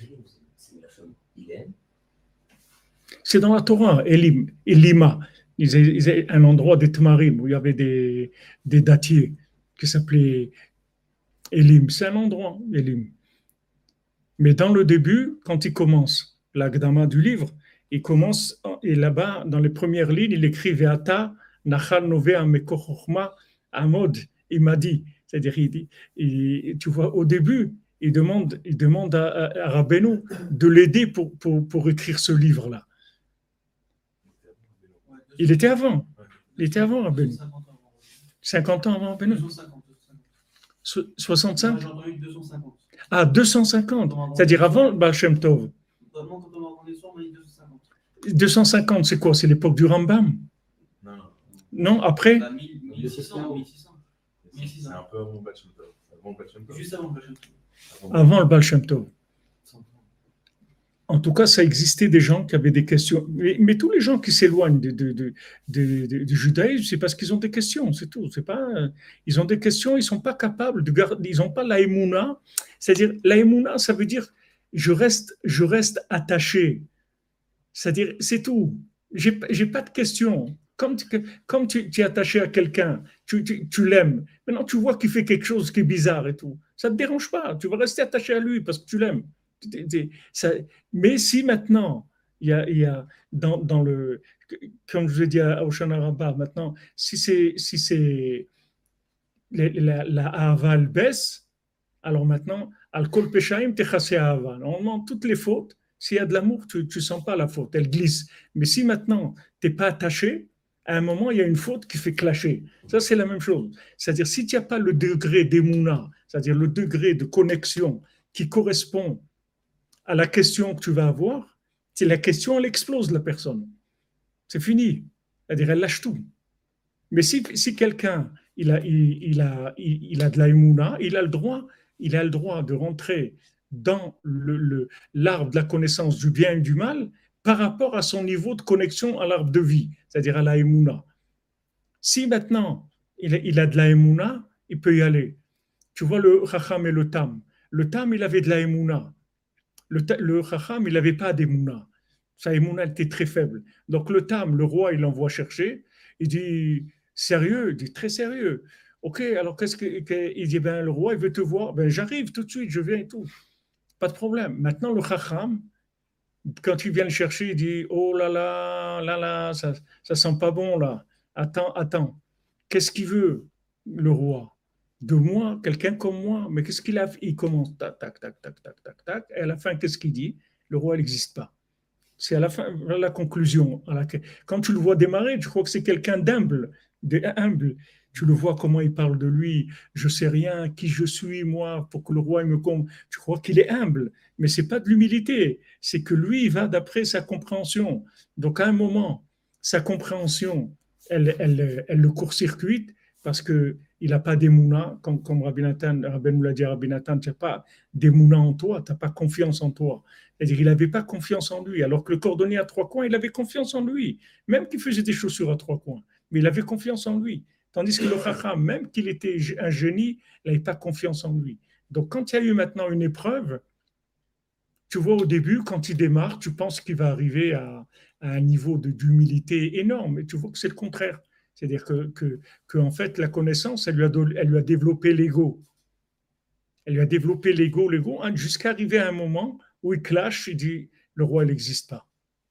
C'est dans la Torah, Elim, Elima. Ils avaient un endroit des Tmarim où il y avait des, des dattiers qui s'appelaient Elim. C'est un endroit, Elim. Mais dans le début, quand il commence l'agdama du livre, il commence, et là-bas, dans les premières lignes, il écrit Ve'ata, Nachal Novea Mekochma Amod, il m'a dit. C'est-à-dire, il dit, il, tu vois, au début, il demande, il demande à, à, à Rabbeinu de l'aider pour, pour, pour écrire ce livre-là. Il était avant. Il était avant Rabbeinu. cinquante ans avant Rabbeinu. soixante-cinq Ah, deux cent cinquante. C'est-à-dire avant le Baal Shem Tov. deux cent cinquante, c'est quoi? C'est l'époque du Rambam? Non, non. Non, après? mille six cents, mille six cents. C'est un peu avant le Baal Shem Tov. Avant le Baal Shem Tov. Juste avant le Baal Shem Tov. Avant le Baal Shem Tov. En tout cas, ça existait des gens qui avaient des questions. Mais, mais tous les gens qui s'éloignent de, de, de, de, de, du judaïsme, c'est parce qu'ils ont des questions, c'est tout. C'est pas, ils ont des questions, ils ne sont pas capables de garder, ils n'ont pas la émouna. C'est-à-dire, la émouna, ça veut dire, je reste, je reste attaché. C'est-à-dire, c'est tout. Je n'ai pas de questions. Comme, tu, comme tu, tu es attaché à quelqu'un, tu, tu, tu l'aimes. Maintenant, tu vois qu'il fait quelque chose qui est bizarre et tout. Ça ne te dérange pas. Tu vas rester attaché à lui parce que tu l'aimes. Ça, mais si maintenant, il y a, il y a dans, dans le, comme je vous ai dit à Oshana Rabbah, maintenant, si c'est, si c'est la, la, la Ahava elle baisse, alors maintenant, Al-Kol Peshaim Techase Ahava. Normalement, toutes les fautes, s'il y a de l'amour, tu ne sens pas la faute, elle glisse. Mais si maintenant, tu n'es pas attaché, à un moment, il y a une faute qui fait clasher. Ça, c'est la même chose. C'est-à-dire, si tu n'as pas le degré d'émouna, c'est-à-dire le degré de connexion qui correspond à la question que tu vas avoir, c'est la question, elle explose la personne. C'est fini. C'est-à-dire, elle lâche tout. Mais si, si quelqu'un, il a, il, il, a, il, il a de la émouna, il a le droit, il a le droit de rentrer dans le, le, l'arbre de la connaissance du bien et du mal par rapport à son niveau de connexion à l'arbre de vie, c'est-à-dire à la émouna. Si maintenant, il a, il a de la émouna, il peut y aller. Tu vois le Chacham et le Tam. Le Tam, il avait de la émouna. Le, le Chacham, il n'avait pas d'émouna. Sa émouna était très faible. Donc le Tam, le roi, il l'envoie chercher. Il dit, sérieux? Il dit, très sérieux. Ok, alors qu'est-ce qu'il que, dit? Ben, le roi, il veut te voir. Ben, j'arrive tout de suite, je viens et tout. Pas de problème. Maintenant, le Chacham, quand il vient le chercher, il dit, oh là là, là là, ça ne sent pas bon là. Attends, attends. Qu'est-ce qu'il veut, le roi? De moi, quelqu'un comme moi. Mais qu'est-ce qu'il a? Il commence, tac, tac, tac, tac, tac, tac, tac. Et à la fin, qu'est-ce qu'il dit? Le roi, il n'existe pas. C'est à la fin, à la conclusion. À laquelle, quand tu le vois démarrer, tu crois que c'est quelqu'un d'humble, d'humble. Tu le vois comment il parle de lui. Je sais rien, qui je suis, moi, pour que le roi il me comble. Tu crois qu'il est humble. Mais ce n'est pas de l'humilité. C'est que lui, il va d'après sa compréhension. Donc, à un moment, sa compréhension, elle, elle, elle le court-circuite parce qu'il n'a pas d'émouna, comme, comme Rabbi Nathan, Rabbi nous l'a dit à Rabbi Nathan, tu n'as pas d'émouna en toi, tu n'as pas confiance en toi. C'est-à-dire qu'il n'avait pas confiance en lui, alors que le cordonnier à trois coins, il avait confiance en lui, même qu'il faisait des chaussures à trois coins, mais il avait confiance en lui. Tandis que le Chacham, même qu'il était un génie, il n'avait pas confiance en lui. Donc quand il y a eu maintenant une épreuve, tu vois au début, quand il démarre, tu penses qu'il va arriver à, à un niveau de, d'humilité énorme, et tu vois que c'est le contraire. C'est-à-dire que, que, que en fait, la connaissance, elle lui a, elle lui a développé l'ego. Elle lui a développé l'ego, l'ego, jusqu'à arriver à un moment où il clash, il dit, le roi, il n'existe pas.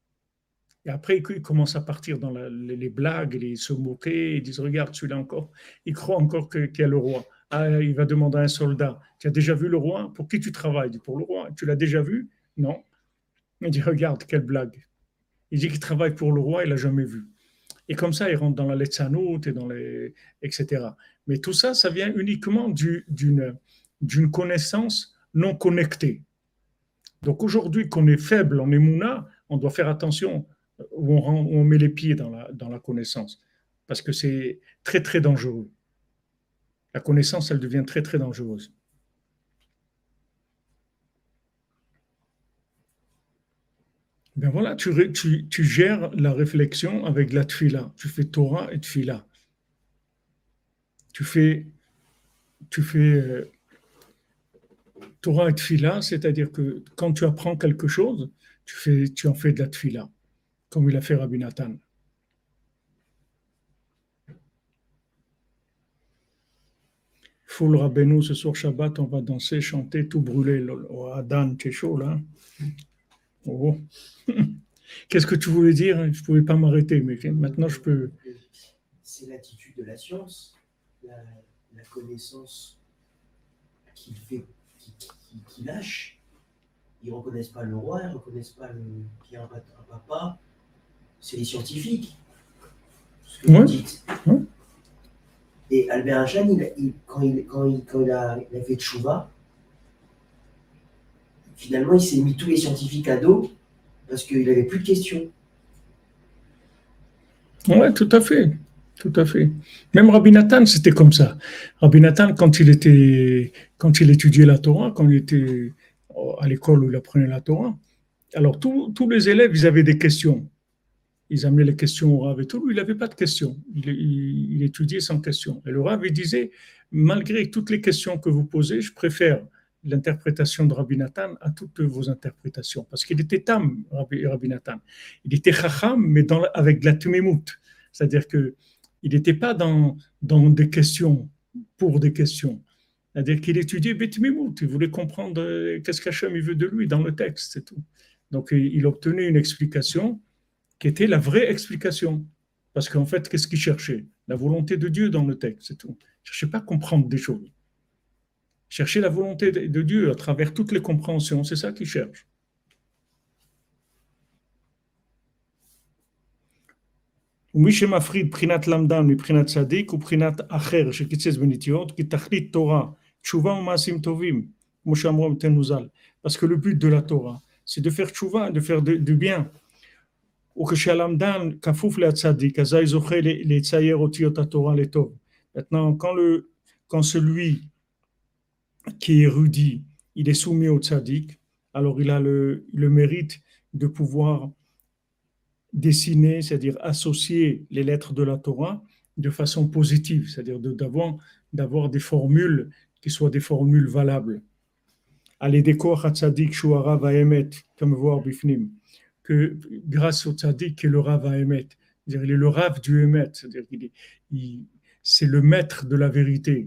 Et après, il commence à partir dans la, les, les blagues, les, se moquer, ils disent, regarde, celui-là encore, il croit encore que, qu'il y a le roi. Ah, il va demander à un soldat, tu as déjà vu le roi? Pour qui tu travailles? Il dit, pour le roi. Tu l'as déjà vu? Non. Il dit, regarde, quelle blague. Il dit qu'il travaille pour le roi, il ne l'a jamais vu. Et comme ça, il rentre dans la Letzanout, et dans les, et cetera. Mais tout ça, ça vient uniquement du, d'une, d'une connaissance non connectée. Donc aujourd'hui, qu'on est faible en émouna, on doit faire attention où on, rend- où on met les pieds dans la, dans la connaissance, parce que c'est très très dangereux. La connaissance, elle devient très très dangereuse. Ben voilà, tu, ré- tu, tu gères la réflexion avec la tfila. Tu fais Torah et tfila. Tu fais, tu fais euh, Torah et tfila, c'est-à-dire que quand tu apprends quelque chose, tu, fais, tu en fais de la tfila, comme il a fait Rabbi Nathan. Foule Rabbeinu, ce soir Shabbat, on va danser, chanter, tout brûler. Oh, Adan, t'es chaud là. Oh. Qu'est-ce que tu voulais dire? Je ne pouvais pas m'arrêter, mais maintenant je peux. C'est l'attitude de la science, la, la connaissance qui fait, qui, qui, qui lâche. Ils ne reconnaissent pas le roi, ils ne reconnaissent pas le, qu'il y a un, un papa. C'est les scientifiques, ce que Ouais. vous dites. Ouais. Et Albert Einstein, il, il, quand, il, quand, il, quand il, a, il a fait Tchouva, finalement, il s'est mis tous les scientifiques à dos parce qu'il n'avait plus de questions. Oui, tout à fait. Tout à fait. Même Rabbi Nathan, c'était comme ça. Rabbi Nathan, quand il était, quand il étudiait la Torah, quand il était à l'école où il apprenait la Torah, alors tous, tous les élèves, ils avaient des questions. Ils amenaient les questions au Rav et tout. Lui, il n'avait pas de questions. Il, il, il étudiait sans questions. Et le Rav, il disait, malgré toutes les questions que vous posez, je préfère l'interprétation de Rabbi Nathan à toutes vos interprétations. Parce qu'il était tam, Rabbi, Rabbi Nathan. Il était chacham, mais dans, avec de la tumémout. C'est-à-dire qu'il n'était pas dans, dans des questions pour des questions. C'est-à-dire qu'il étudiait betmémout. Il voulait comprendre qu'est-ce qu'Hachem veut de lui dans le texte, c'est tout. Donc, il obtenait une explication qui était la vraie explication. Parce qu'en fait, qu'est-ce qu'il cherchait? La volonté de Dieu dans le texte, c'est tout. Il ne cherchait pas à comprendre des choses. Il cherchait la volonté de Dieu à travers toutes les compréhensions, c'est ça qu'il cherche. ומי שמפריד בחינת למדן מבחינת צדיק ובחינת אחר שקיצץ בנטיות, כי תכלית תורה, תשובה ומעשים טובים, כמו שאמרו רבותינו ז"ל. Parce que le but de la Torah, c'est de faire tchouva, de faire du bien. וכשהלמדן כפוף להצדיק, אזי זוכה לצייר אותיות התורה לטוב. Maintenant, quand, le, quand celui qui est érudit, il est soumis au tzaddik, alors il a le, le mérite de pouvoir dessiner, c'est-à-dire associer les lettres de la Torah de façon positive, c'est-à-dire de, d'avoir, d'avoir des formules qui soient des formules valables. Al-Edekor HaTzadik Shuara Vaemet, comme voir Bifnim, que grâce au Tzadik qui est le Rav Haemet, c'est-à-dire il est le Rav du Emet, c'est-à-dire qu'il est, il, c'est le maître de la vérité.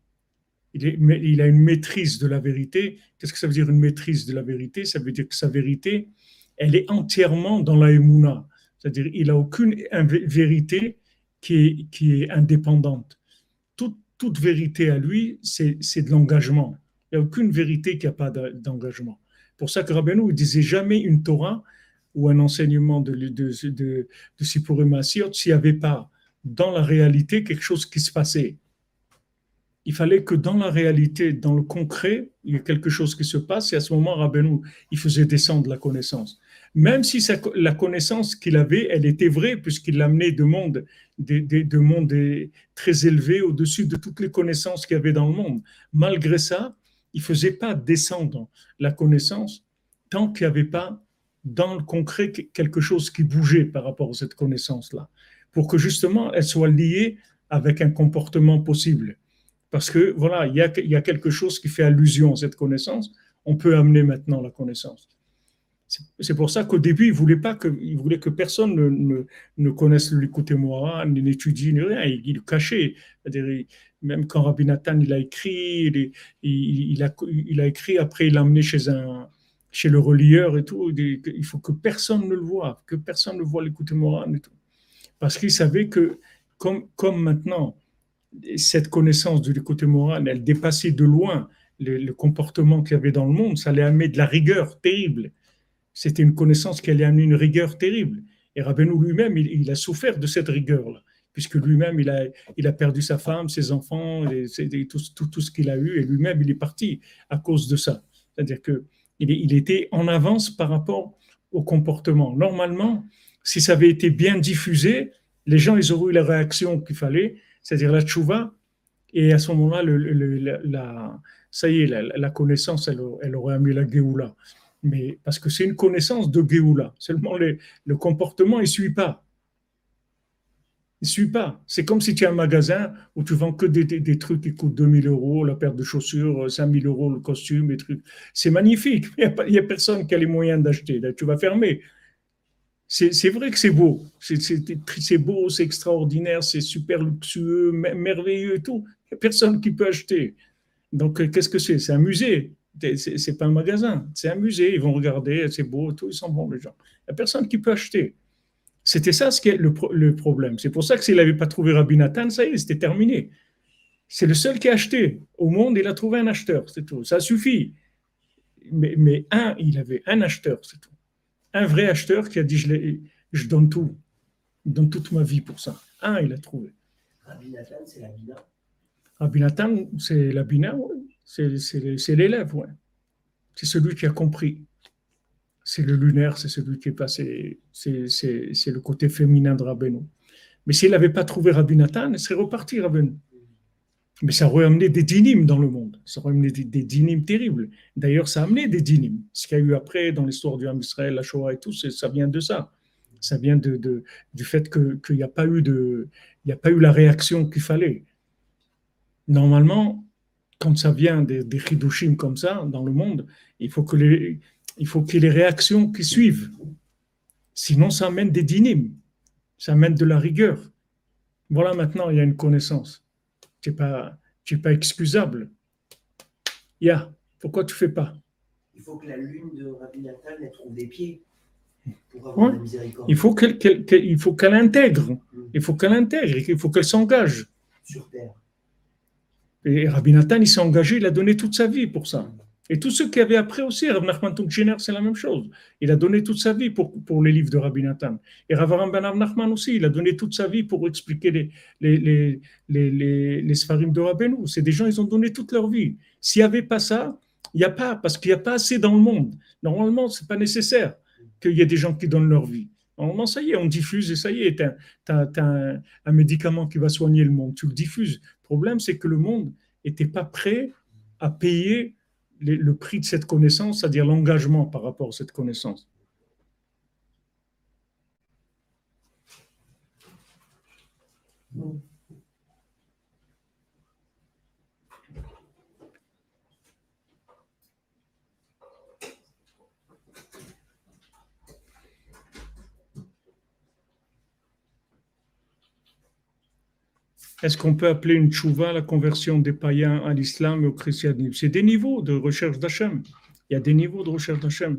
Il, est, il a une maîtrise de la vérité. Qu'est-ce que ça veut dire une maîtrise de la vérité? Ça veut dire que sa vérité, elle est entièrement dans la Emouna. C'est-à-dire qu'il n'a aucune vérité qui est, qui est indépendante. Toute, toute vérité à lui, c'est, c'est de l'engagement. Il n'y a aucune vérité qui n'a pas d'engagement. Pour ça que Rabbeinu ne disait jamais une Torah ou un enseignement de, de, de, de, de Sipurim Asiot s'il n'y avait pas dans la réalité quelque chose qui se passait. Il fallait que dans la réalité, dans le concret, il y ait quelque chose qui se passe et à ce moment, Rabbeinu, il faisait descendre la connaissance. Même si ça, la connaissance qu'il avait, elle était vraie puisqu'il l'amenait de mondes de, de, de monde très élevés au-dessus de toutes les connaissances qu'il y avait dans le monde. Malgré ça, il ne faisait pas descendre la connaissance tant qu'il n'y avait pas dans le concret quelque chose qui bougeait par rapport à cette connaissance-là, pour que justement elle soit liée avec un comportement possible. Parce que voilà, il y a, il y a quelque chose qui fait allusion à cette connaissance, on peut amener maintenant la connaissance. C'est, c'est pour ça qu'au début, il voulait pas que, il voulait que personne ne, ne, ne connaisse l'écouter moi, ni l'étudie, ni rien, il, il le cachait. C'est-à-dire, même quand Rabbi Nathan il a écrit, il, il, il, a, il a écrit, après il l'a amené chez un chez le relieur et tout, il faut que personne ne le voie, que personne ne voit l'écouter Moran et tout. Parce qu'il savait que, comme, comme maintenant, cette connaissance de l'écouter Moran, elle dépassait de loin le, le comportement qu'il y avait dans le monde, ça allait amener de la rigueur terrible. C'était une connaissance qui allait amener une rigueur terrible. Et Rabbeinu lui-même, il, il a souffert de cette rigueur-là, puisque lui-même, il a, il a perdu sa femme, ses enfants, les, tout, tout, tout ce qu'il a eu, et lui-même, il est parti à cause de ça. C'est-à-dire que il était en avance par rapport au comportement. Normalement, si ça avait été bien diffusé, les gens, ils auraient eu la réaction qu'il fallait, c'est-à-dire la tchouva, et à ce moment-là, le, le, la, la, ça y est, la, la connaissance, elle, elle aurait amené la Géoula. Mais parce que c'est une connaissance de Géoula. Seulement, les, le comportement, il ne suit pas. Il ne suit pas. C'est comme si tu as un magasin où tu vends que des, des, des trucs qui coûtent deux mille euros, la paire de chaussures, cinq mille euros le costume, et trucs. C'est magnifique. Il n'y a, a personne qui a les moyens d'acheter. Là, tu vas fermer. C'est, c'est vrai que c'est beau. C'est, c'est, c'est beau, c'est extraordinaire, c'est super luxueux, merveilleux et tout. Il n'y a personne qui peut acheter. Donc, qu'est-ce que c'est? C'est un musée. C'est, c'est pas un magasin. C'est un musée. Ils vont regarder, c'est beau, tout. Ils sont bons, les gens. Il n'y a personne qui peut acheter. C'était ça ce qui est le, le problème. C'est pour ça que s'il n'avait pas trouvé Rabbi Nathan, ça y est, c'était terminé. C'est le seul qui a acheté. Au monde, il a trouvé un acheteur, c'est tout. Ça suffit. Mais, mais un, il avait un acheteur, c'est tout. Un vrai acheteur qui a dit, je, je donne tout. Je donne toute ma vie pour ça. Un, il a trouvé. Rabbi Nathan, c'est la Bina. Rabbi Nathan, c'est la Bina, ouais. c'est, c'est, c'est l'élève, ouais. C'est celui qui a compris. C'est le lunaire, c'est celui qui est passé, c'est, c'est, c'est le côté féminin de Rabbeinu. Mais s'il n'avait pas trouvé Rabbi Nathan, il serait reparti, Rabbeinu. Mais ça aurait amené des dynimes dans le monde. Ça aurait amené des, des dynimes terribles. D'ailleurs, ça a amené des dynimes. Ce qu'il y a eu après dans l'histoire du Ham Israël, la Shoah et tout, c'est, ça vient de ça. Ça vient de, de, du fait que, qu'il n'y a pas eu de, il n'y a pas eu la réaction qu'il fallait. Normalement, quand ça vient des, des chidushim comme ça dans le monde, il faut que les, il faut qu'il y ait les réactions qui suivent. Sinon, ça amène des dynimes. Ça amène de la rigueur. Voilà, maintenant, il y a une connaissance. Tu n'es pas, tu es pas excusable. Il y a. Pourquoi tu ne fais pas? Il faut que la lune de Rabbi Nathan elle trouve des pieds pour avoir ouais. la miséricorde. Il faut qu'elle, qu'elle, qu'elle, il faut qu'elle intègre. Il faut qu'elle intègre. Il faut qu'elle s'engage. Sur terre. Et Rabbi Nathan, il s'est engagé, il a donné toute sa vie pour ça. Et tous ceux qui avaient après aussi, Rav Nachman Tunkchiner, c'est la même chose. Il a donné toute sa vie pour, pour les livres de Rabbi Nathan. Et Rav Aram ben Rav Nachman aussi, il a donné toute sa vie pour expliquer les, les, les, les, les, les Sfarim de Rabbeinu. C'est des gens, ils ont donné toute leur vie. S'il n'y avait pas ça, il n'y a pas, parce qu'il n'y a pas assez dans le monde. Normalement, ce n'est pas nécessaire qu'il y ait des gens qui donnent leur vie. Normalement, ça y est, on diffuse et ça y est, tu as un, un médicament qui va soigner le monde. Tu le diffuses. Le problème, c'est que le monde n'était pas prêt à payer le prix de cette connaissance, c'est-à-dire l'engagement par rapport à cette connaissance. Est-ce qu'on peut appeler une tchouva la conversion des païens à l'islam et au christianisme? C'est des niveaux de recherche d'Hachem. Il y a des niveaux de recherche d'Hachem.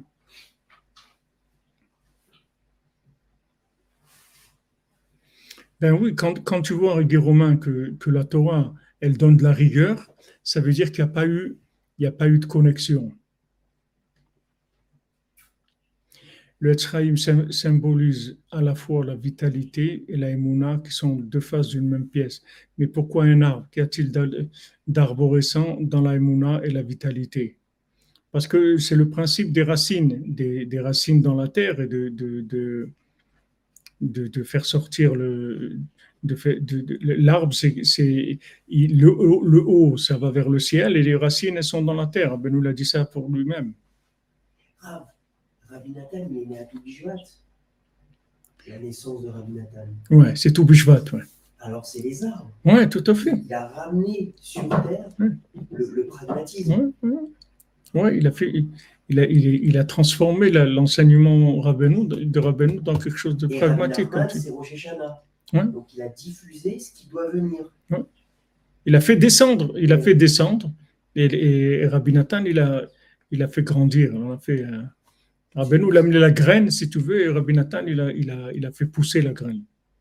Ben oui, quand, quand tu vois avec des Romains que, que la Torah, elle donne de la rigueur, ça veut dire qu'il n'y a pas eu, il n'y a pas eu de connexion. Le Etzraïm symbolise à la fois la vitalité et la émouna qui sont deux faces d'une même pièce. Mais pourquoi un arbre? Qu'y a-t-il d'arborescent dans la émouna et la vitalité? Parce que c'est le principe des racines, des, des racines dans la terre et de, de, de, de, de faire sortir le... De fait, de, de, l'arbre, c'est, c'est le, haut, le haut, ça va vers le ciel et les racines, elles sont dans la terre. Ben nous l'a dit ça pour lui-même. Ah. Rabbi Nathan, il est né à Tou Bishvat. La naissance de Rabbi Nathan. Ouais, c'est Tou Bishvat, ouais. Alors c'est les arbres. Ouais, tout à fait. Il a ramené sur terre ouais. le, le pragmatisme. Ouais, ouais. ouais, il a fait, il a, il, il a transformé la, l'enseignement Rabbeinu, de Rabbeinu dans quelque chose de et pragmatique. Rabbi Nachman, c'est Rosh Hashanah. Ouais. Donc il a diffusé ce qui doit venir. Ouais. Il a fait descendre, il a ouais. fait descendre, et, et, et Rabbi Nathan, il a, il a fait grandir. On a fait. Euh, Rabbeinu il a amené la graine, si tu veux, et Rabbi Nathan, il a, il a, il a fait pousser la graine.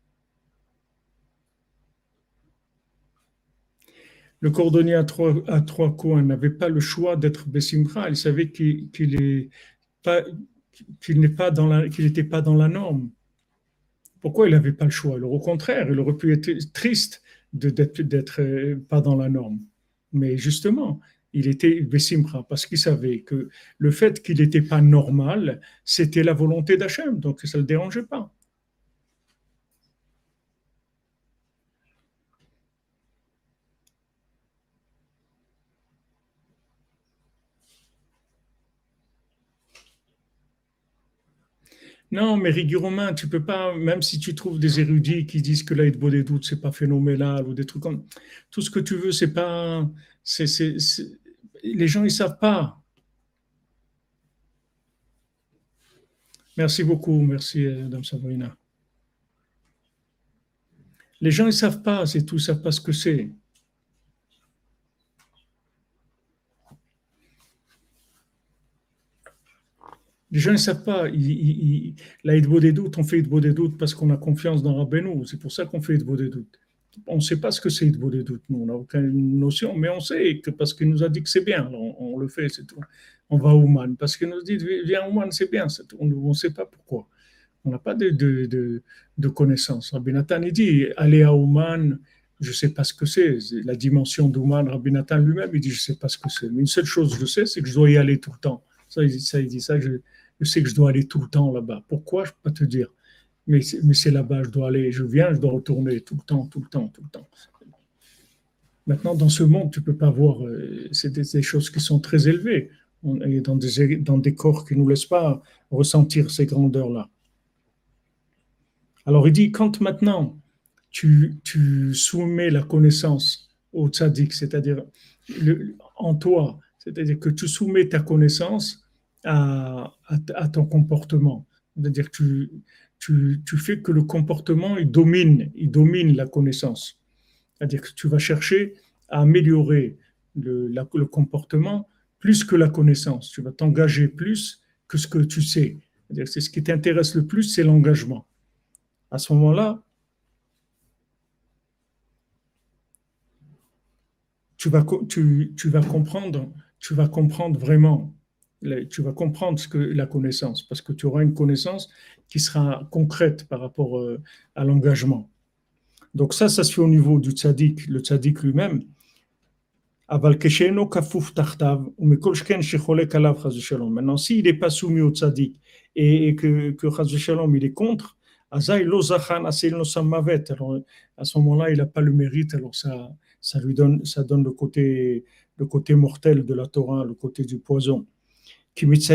Le cordonnier à trois, à trois coins n'avait pas le choix d'être Bessimcha. Il savait qu'il, qu'il est pas, qu'il n'est pas dans la, qu'il n'était pas dans la norme. Pourquoi il n'avait pas le choix? Alors, au contraire, il aurait pu être triste de, d'être, d'être pas dans la norme. Mais justement, il était Bessimcha parce qu'il savait que le fait qu'il n'était pas normal, c'était la volonté d'Hachem, donc ça ne le dérangeait pas. Non, mais rigueur romain, tu peux pas, même si tu trouves des érudits qui disent que l'aide des doutes, c'est pas phénoménal ou des trucs comme tout ce que tu veux, c'est pas, c'est, c'est, c'est- les gens ils savent pas. Merci beaucoup, merci euh, Madame Sabrina. Les gens ils savent pas, c'est tout, ils savent pas ce que c'est. Les gens ne savent pas. Ils, ils, ils, la Hitbo des doutes, on fait Hitbo des doutes parce qu'on a confiance dans Rabbeinu. C'est pour ça qu'on fait Hitbo des doutes. On ne sait pas ce que c'est Hitbo des doutes. Nous, on n'a aucune notion, mais on sait que parce qu'il nous a dit que c'est bien. Alors on, on le fait, c'est tout. On va à Ouman. Parce qu'il nous dit, viens à Ouman, c'est bien. C'est tout. On ne sait pas pourquoi. On n'a pas de, de, de, de connaissances. Rabbi Nathan, il dit, aller à Ouman, je ne sais pas ce que c'est. La dimension d'Ouman, Rabbi Nathan lui-même, il dit, je ne sais pas ce que c'est. Mais une seule chose, je sais, c'est que je dois y aller tout le temps. Ça, il dit ça, il dit ça je, je sais que je dois aller tout le temps là-bas. Pourquoi, je ne peux pas te dire. Mais c'est, mais c'est là-bas, je dois aller, je viens, je dois retourner tout le temps, tout le temps, tout le temps. Maintenant, dans ce monde, tu ne peux pas voir, euh, c'est des, des choses qui sont très élevées. On est dans des, dans des corps qui ne nous laissent pas ressentir ces grandeurs-là. Alors il dit, quand maintenant tu, tu soumets la connaissance au tzaddik, c'est-à-dire le, en toi, c'est-à-dire que tu soumets ta connaissance à, à, à ton comportement, c'est-à-dire que tu, tu, tu fais que le comportement, il domine, il domine la connaissance. C'est-à-dire que tu vas chercher à améliorer le, la, le comportement plus que la connaissance. Tu vas t'engager plus que ce que tu sais. C'est-à-dire que c'est ce qui t'intéresse le plus, c'est l'engagement. À ce moment-là, tu vas, tu, tu vas comprendre, tu vas comprendre vraiment, tu vas comprendre ce que la connaissance, parce que tu auras une connaissance qui sera concrète par rapport euh, à l'engagement. Donc ça, ça se fait au niveau du tzaddik, le tzaddik lui-même. Maintenant, s'il n'est pas soumis au tzaddik et, et que, que il est contre, alors, à ce moment-là, il n'a pas le mérite, alors ça, ça lui donne, ça donne le côté, le côté mortel de la Torah, le côté du poison. Parce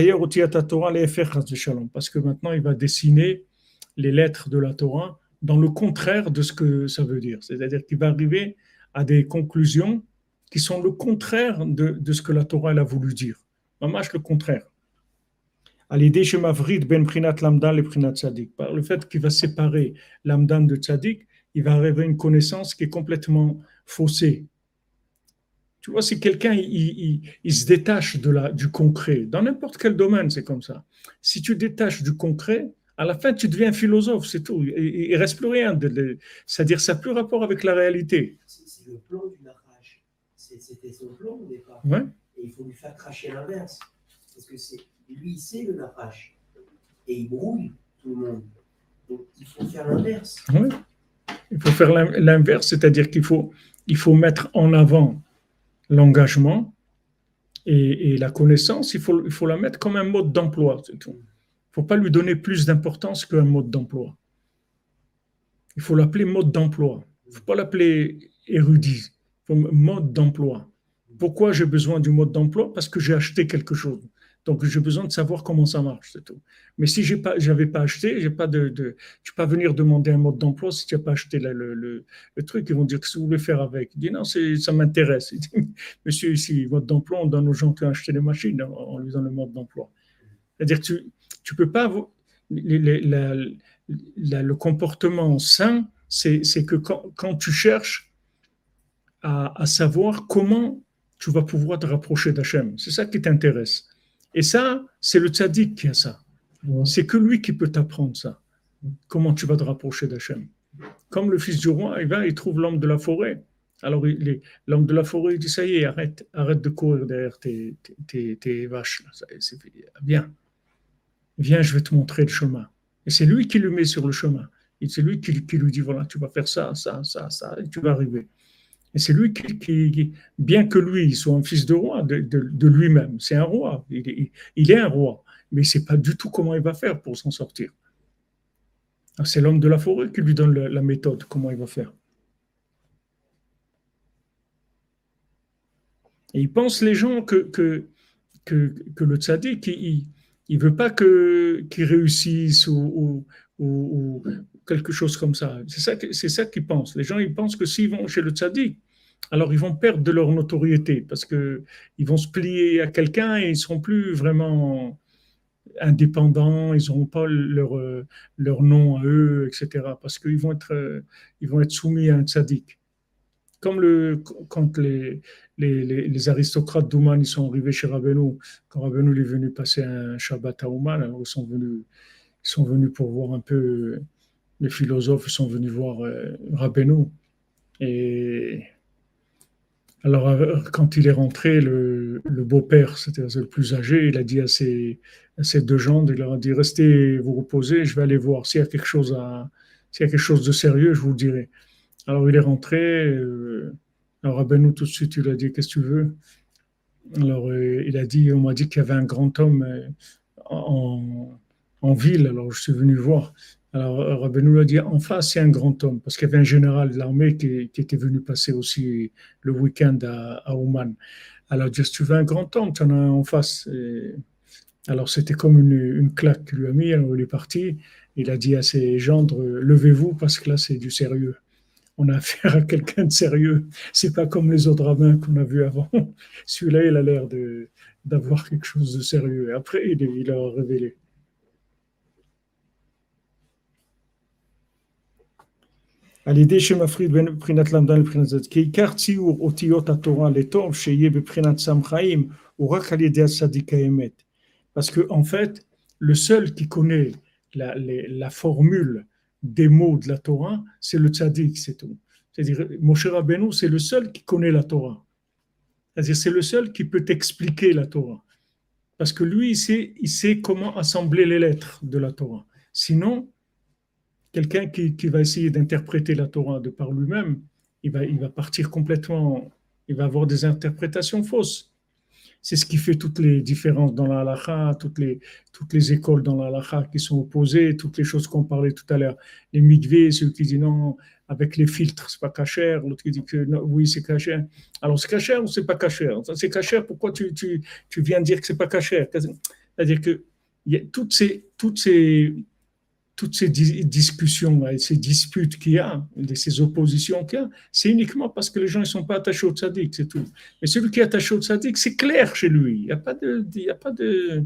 que maintenant, il va dessiner les lettres de la Torah dans le contraire de ce que ça veut dire. C'est-à-dire qu'il va arriver à des conclusions qui sont le contraire de, de ce que la Torah elle a voulu dire. Mamash le contraire. À l'idée chez Mavrid ben prinat lamdan le prinat tzadik. Par le fait qu'il va séparer l'amdan de tzadik, il va arriver à une connaissance qui est complètement faussée. Tu vois, si quelqu'un il, il, il se détache de la, du concret, dans n'importe quel domaine, c'est comme ça. Si tu détaches du concret, à la fin, tu deviens philosophe, c'est tout. Il ne reste plus rien. De, de, c'est-à-dire, ça n'a plus rapport avec la réalité. C'est, c'est le plan du narrage. C'est, c'était son plan au départ. Ouais. Et il faut lui faire cracher l'inverse. Parce que c'est, lui, il sait le narrage. Et il brouille tout le monde. Donc, il faut faire l'inverse. Ouais. Il faut faire l'inverse, c'est-à-dire qu'il faut, il faut mettre en avant l'engagement et, et la connaissance, il faut, il faut la mettre comme un mode d'emploi, c'est tout. Il ne faut pas lui donner plus d'importance qu'un mode d'emploi. Il faut l'appeler mode d'emploi. Il ne faut pas l'appeler érudit. Il faut mode d'emploi. Pourquoi j'ai besoin du mode d'emploi? Parce que j'ai acheté quelque chose. Donc, j'ai besoin de savoir comment ça marche, c'est tout. Mais si je n'avais pas acheté, j'ai pas de, de, tu ne peux pas venir demander un mode d'emploi si tu n'as pas acheté le, le, le, le truc. Ils vont dire, qu'est-ce que vous voulez faire avec? Il dit, non, c'est, ça m'intéresse. Il dit, monsieur, ici, mode d'emploi, on donne aux gens qui ont acheté les machines, on lui donne le mode d'emploi. C'est-à-dire que tu ne peux pas... Les, les, la, la, le comportement sain, c'est, c'est que quand, quand tu cherches à, à savoir comment tu vas pouvoir te rapprocher d'Hachem, c'est ça qui t'intéresse. Et ça, c'est le tzaddik qui a ça. Ouais. C'est que lui qui peut t'apprendre ça. Comment tu vas te rapprocher d'Hachem. Comme le fils du roi, il va, il trouve l'homme de la forêt. Alors, il est, l'homme de la forêt, il dit, ça y est, arrête, arrête de courir derrière tes, tes, tes, tes vaches. Là. C'est, viens, viens, je vais te montrer le chemin. Et c'est lui qui le met sur le chemin. Et c'est lui qui, qui lui dit, voilà, tu vas faire ça, ça, ça, ça, et tu vas arriver. Et c'est lui qui, qui, bien que lui il soit un fils de roi de, de, de lui-même, c'est un roi, il est, il est un roi, mais il ne sait pas du tout comment il va faire pour s'en sortir. Alors c'est l'homme de la forêt qui lui donne la, la méthode, comment il va faire. Et ils pensent les gens que, que, que, que le tzaddik, il, Il ne veut pas que, qu'ils réussissent ou, ou, ou, ou quelque chose comme ça. C'est ça, que- c'est ça qu'ils pensent. Les gens, ils pensent que s'ils vont chez le tzaddik, alors ils vont perdre de leur notoriété parce qu'ils vont se plier à quelqu'un et ils ne seront plus vraiment indépendants, ils n'auront pas leur, euh, leur nom à eux, et cetera. Parce qu'ils vont être, euh, ils vont être soumis à un tzaddik. Comme le, quand les, les, les, les aristocrates d'Ouman ils sont arrivés chez Rabbeinu, quand Rabbeinu est venu passer un Shabbat à Ouman, alors ils sont venus, ils sont venus pour voir un peu les philosophes, ils sont venus voir euh, Rabbeinu. Et alors, euh, quand il est rentré, le, le beau-père, c'était le plus âgé, il a dit à ses, à ses deux gendres, il leur a dit, restez vous reposer, je vais aller voir. S'il y a quelque chose à, s'il y a quelque chose de sérieux, je vous le dirai. Alors, il est rentré. Euh, alors, Rabbeinu, tout de suite, il a dit, qu'est-ce que tu veux? Alors, euh, il a dit, on m'a dit qu'il y avait un grand homme euh, en, en ville, alors je suis venu voir. Alors, Rabbeinu a dit, en face, c'est un grand homme, parce qu'il y avait un général de l'armée qui, qui était venu passer aussi le week-end à, à Ouman. Alors, il dit, si tu veux un grand homme, tu en as un en face. Et alors, c'était comme une, une claque qu'il lui a mis, alors il est parti. Il a dit à ses gendres, levez-vous, parce que là, c'est du sérieux. On a affaire à quelqu'un de sérieux. C'est pas comme les autres rabbins qu'on a vus avant. Celui-là, il a l'air de, d'avoir quelque chose de sérieux. Et après, il, il a révélé. על ידי שמפריד בין בחינת למדן לבחינת זאת, כי עיקר ציור אותיות התורה לטוב שיהיה בבחינת סם חיים הוא רק על ידי הצדיק האמת. Parce que en fait, le seul qui connaît la, la, la formule des mots de la Torah, c'est le tzaddik, c'est tout. C'est-à-dire, Moshe Rabbeinu, c'est le seul qui connaît la Torah. C'est-à-dire, c'est le seul qui peut expliquer la Torah. Parce que lui, il sait, il sait comment assembler les lettres de la Torah. Sinon, quelqu'un qui, qui va essayer d'interpréter la Torah de par lui-même, il va, il va partir complètement, il va avoir des interprétations fausses. C'est ce qui fait toutes les différences dans la halakha, toutes les, toutes les écoles dans la halakha qui sont opposées, toutes les choses qu'on parlait tout à l'heure. Les mikvés, ceux qui disent non, avec les filtres, c'est pas kasher, l'autre qui dit que non, oui, c'est kasher. Alors, c'est kasher ou c'est pas kasher? C'est kasher, pourquoi tu, tu, tu viens dire que c'est pas kasher? C'est-à-dire que il y a toutes ces, toutes ces, toutes ces discussions, ces disputes qu'il y a, ces oppositions qu'il y a, c'est uniquement parce que les gens ne sont pas attachés au tzaddik, c'est tout. Mais celui qui est attaché au tzaddik, c'est clair chez lui. Il n'y a pas de, il y a pas de,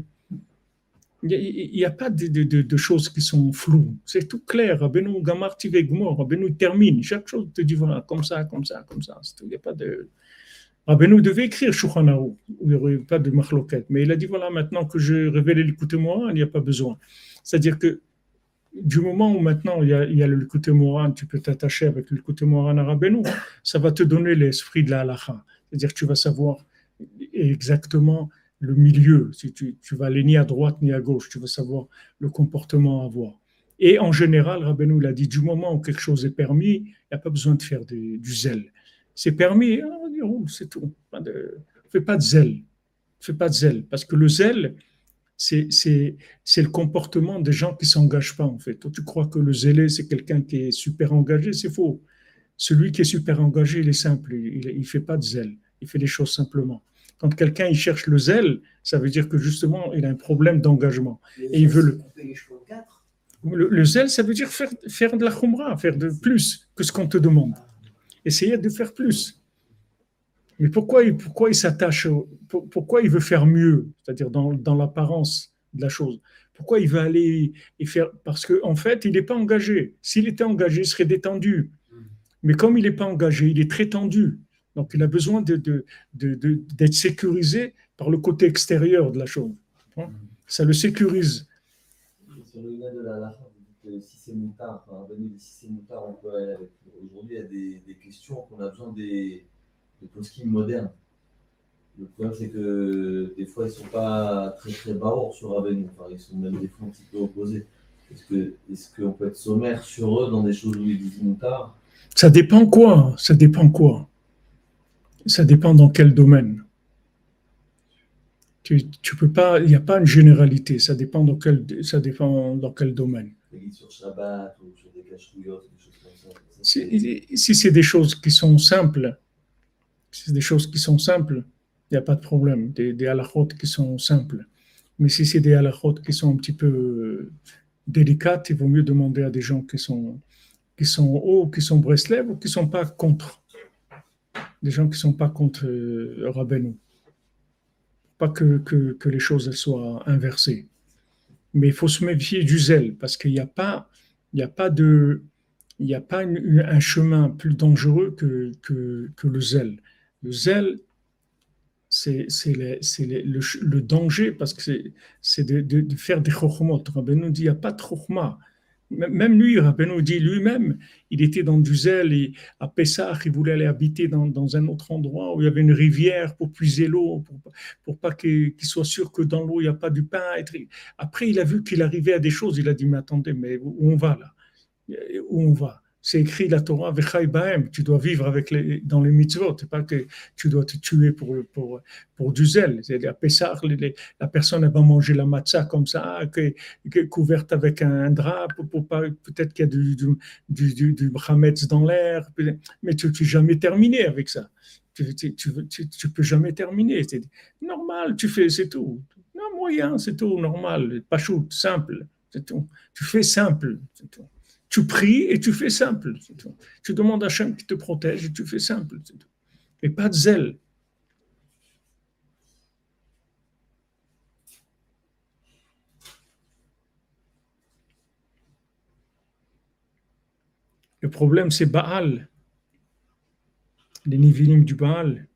il n'y a, a pas de, de, de, de choses qui sont floues. C'est tout clair. Rabbeinu Gamar Tive Gmor, Rabbeinu termine. Chaque chose te dit voilà, comme ça, comme ça, comme ça. Il n'y a pas de. Rabbeinu devait écrire Shulchan Aruch, où il n'y aurait pas de machloket. Mais il a dit voilà, maintenant que je révèle l'écoute-moi, il n'y a pas besoin. C'est-à-dire que du moment où maintenant il y a, il y a le Likutei Moharan, tu peux t'attacher avec le Likutei Moharan à Rabbeinu, ça va te donner l'esprit de la halakha. C'est-à-dire que tu vas savoir exactement le milieu. Si tu, tu vas aller ni à droite ni à gauche, tu vas savoir le comportement à avoir. Et en général, Rabbeinu l'a dit, du moment où quelque chose est permis, il n'y a pas besoin de faire de, du zèle. C'est permis, on va dire, oh, c'est tout. Pas de, fais pas de zèle. Fais pas de zèle. Parce que le zèle, C'est, c'est, c'est le comportement des gens qui ne s'engagent pas, en fait. Toi, tu crois que le zélé, c'est quelqu'un qui est super engagé, c'est faux. Celui qui est super engagé, il est simple, il ne fait pas de zèle, il fait les choses simplement. Quand quelqu'un il cherche le zèle, ça veut dire que justement, il a un problème d'engagement. Et il veut le... le... Le zèle, ça veut dire faire, faire de la khumra, faire de plus que ce qu'on te demande. Essayer de faire plus. Mais pourquoi il, pourquoi il s'attache, pour, pourquoi il veut faire mieux, c'est-à-dire dans, dans l'apparence de la chose? Pourquoi il veut aller et faire? Parce qu'en en fait, il n'est pas engagé. S'il était engagé, il serait détendu. Mais comme il n'est pas engagé, il est très tendu. Donc, il a besoin de, de, de, de, d'être sécurisé par le côté extérieur de la chose. Ça le sécurise. Sur le lien de la halakha, si c'est moutard, enfin, si c'est moutard, on peut aller avec. Aujourd'hui, il y a des, des questions qu'on a besoin des. de poskim modernes. Le problème, c'est que des fois, ils ne sont pas très très barours sur Rabbeinu. Enfin, ils sont même des fois un petit peu opposés. Est-ce, que, est-ce qu'on peut être sommaire sur eux dans des choses où ils disent moutard? Ça dépend quoi? Ça dépend quoi? Ça dépend dans quel domaine. Tu, tu peux pas, il n'y a pas une généralité. Ça dépend dans quel, ça dépend dans quel domaine. Sur Shabbat ou sur des cachouillottes, des choses comme ça. Si, si c'est des choses qui sont simples, si c'est des choses qui sont simples, il n'y a pas de problème. Des, des halachot qui sont simples. Mais si c'est des halakhot qui sont un petit peu délicates, il vaut mieux demander à des gens qui sont, qui sont hauts, qui sont Breslev ou qui ne sont pas contre. Des gens qui ne sont pas contre euh, Rabbeinu. Pas que, que, que les choses soient inversées. Mais il faut se méfier du zèle, parce qu'il n'y a pas, il n'y a pas, de, il n'y a pas une, un chemin plus dangereux que, que, que le zèle. Le zèle, c'est, c'est, les, c'est les, le, le danger, parce que c'est, c'est de, de, de faire des chokhmot. Rabbeinu dit, il n'y a pas de chokhma. Même lui, Rabbeinu dit lui-même, il était dans du zèle, et à Pessah, il voulait aller habiter dans, dans un autre endroit où il y avait une rivière pour puiser l'eau, pour, pour pas qu'il, qu'il soit sûr que dans l'eau, il n'y a pas du pain. Après, il a vu qu'il arrivait à des choses, il a dit, mais attendez, mais où on va là? Où on va? C'est écrit la Torah, Vechai Bahem, tu dois vivre avec les, dans les mitzvot, c'est pas que tu dois te tuer pour, pour, pour du zèle. À Pessah, la personne elle va manger la matzah comme ça, que, que, couverte avec un drap, pour, pour pas, peut-être qu'il y a du, du, du, du, du chametz dans l'air, mais tu n'es jamais terminé avec ça. Tu, tu, tu, tu, tu peux jamais terminer. C'est normal, tu fais, c'est tout. Non, moyen, c'est tout, normal, pas shoot, simple, c'est tout. Tu fais simple, c'est tout. Tu pries et tu fais simple. C'est tout. Tu demandes à Hachem qui te protège et tu fais simple. C'est tout. Et pas de zèle. Le problème, c'est Baal. Les Nivilim du Baal.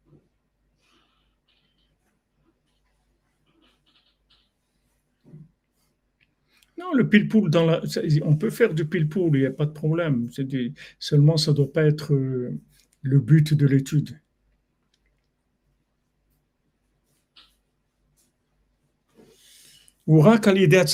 Non, le pile-poule, dans la, on peut faire du pile-poule, il n'y a pas de problème. C'est du, seulement, ça ne doit pas être euh, le but de l'étude. Donc,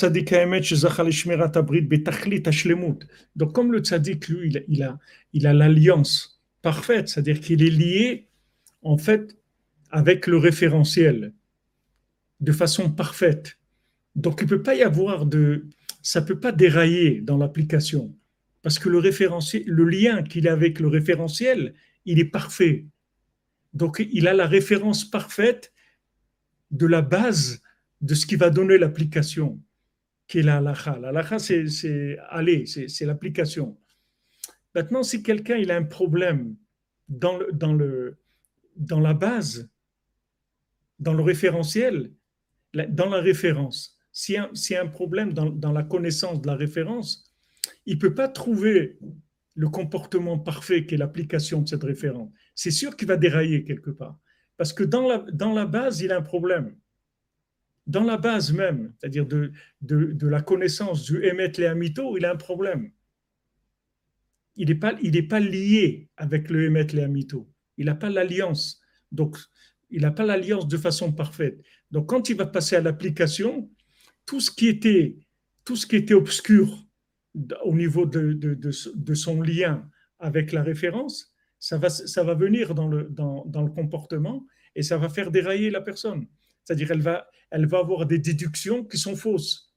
comme le tzaddik, lui, il a, il a, il a l'alliance parfaite, c'est-à-dire qu'il est lié, en fait, avec le référentiel, de façon parfaite. Donc, il ne peut pas y avoir de... Ça ne peut pas dérailler dans l'application. Parce que le référentiel, le lien qu'il a avec le référentiel, il est parfait. Donc, il a la référence parfaite de la base de ce qui va donner l'application, qui est la halakha. La halakha, c'est, c'est aller, c'est, c'est l'application. Maintenant, si quelqu'un il a un problème dans, le, dans, le, dans la base, dans le référentiel, dans la référence, s'il y a, s'il y a un problème dans, dans la connaissance de la référence, il ne peut pas trouver le comportement parfait qui est l'application de cette référence. C'est sûr qu'il va dérailler quelque part. Parce que dans la, dans la base, il a un problème. Dans la base même, c'est-à-dire de, de, de la connaissance du Emet Lehamito, il a un problème. Il n'est pas, il n'est pas lié avec le Emet Lehamito. Il n'a pas l'alliance. Donc, il n'a pas l'alliance de façon parfaite. Donc, quand il va passer à l'application, tout ce qui était, tout ce qui était obscur au niveau de, de, de, de son lien avec la référence, ça va, ça va venir dans le, dans, dans le comportement et ça va faire dérailler la personne. C'est-à-dire elle va, elle va avoir des déductions qui sont fausses.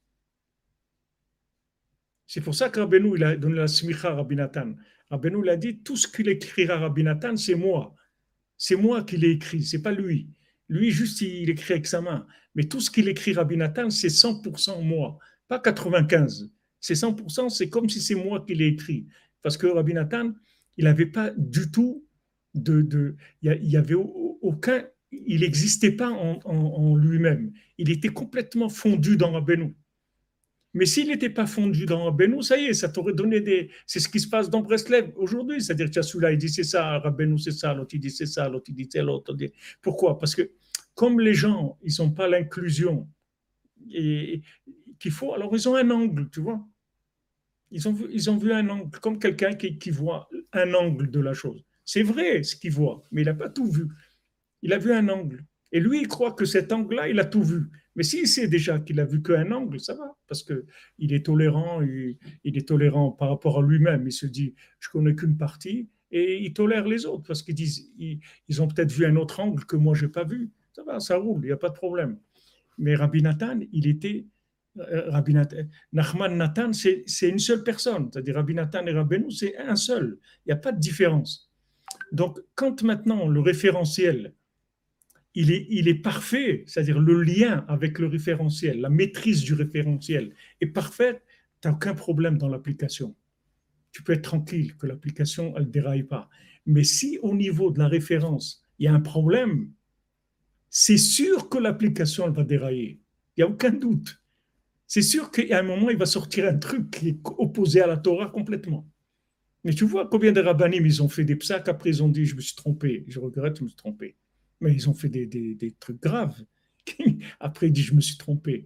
C'est pour ça que Rabbeinu il a donné la smicha à Rabbi Nathan. Rabbeinu il a dit, tout ce qu'il écrira Rabbi Nathan, c'est moi. C'est moi qui l'ai écrit, c'est pas lui. Lui, juste, il écrit avec sa main. Mais tout ce qu'il écrit Rabbi Nathan, c'est cent pour cent moi, pas quatre-vingt-quinze. C'est cent pour cent, c'est comme si c'est moi qui l'ai écrit. Parce que Rabbi Nathan, il n'avait pas du tout de... de il y avait aucun... Il n'existait pas en, en, en lui-même. Il était complètement fondu dans Rabbeinu. Mais s'il n'était pas fondu dans Rabbeinu, ça y est, ça t'aurait donné des... C'est ce qui se passe dans Breslev aujourd'hui. C'est-à-dire que celui-là, il dit c'est ça, Rabbeinu c'est ça, l'autre il dit c'est ça, l'autre il dit c'est l'autre. Pourquoi? Parce que comme les gens, ils n'ont pas l'inclusion et, qu'il faut, alors ils ont un angle, tu vois. Ils ont vu, ils ont vu un angle, comme quelqu'un qui, qui voit un angle de la chose. C'est vrai ce qu'il voit, mais il n'a pas tout vu. Il a vu un angle. Et lui, il croit que cet angle-là, il a tout vu. Mais s'il sait déjà qu'il a vu qu'un angle, ça va, parce qu'il est tolérant, il, il est tolérant par rapport à lui-même. Il se dit, je ne connais qu'une partie, et il tolère les autres, parce qu'ils disent, ils, ils ont peut-être vu un autre angle que moi, je n'ai pas vu. Ça va, ça roule, il n'y a pas de problème. Mais Rabbi Nathan, il était... Euh, Rabbi Nathan, Nachman Nathan, c'est, c'est une seule personne. C'est-à-dire Rabbi Nathan et Rabbeinu, c'est un seul. Il n'y a pas de différence. Donc, quand maintenant le référentiel, il est, il est parfait, c'est-à-dire le lien avec le référentiel, la maîtrise du référentiel est parfaite, tu n'as aucun problème dans l'application. Tu peux être tranquille que l'application, elle ne déraille pas. Mais si au niveau de la référence, il y a un problème, c'est sûr que l'application, elle va dérailler. Il n'y a aucun doute. C'est sûr qu'à un moment, il va sortir un truc qui est opposé à la Torah complètement. Mais tu vois combien de rabbinim, ils ont fait des psaques, après ils ont dit, je me suis trompé, je regrette, je me suis trompé. Mais ils ont fait des, des, des trucs graves. Après, il dit, je me suis trompé.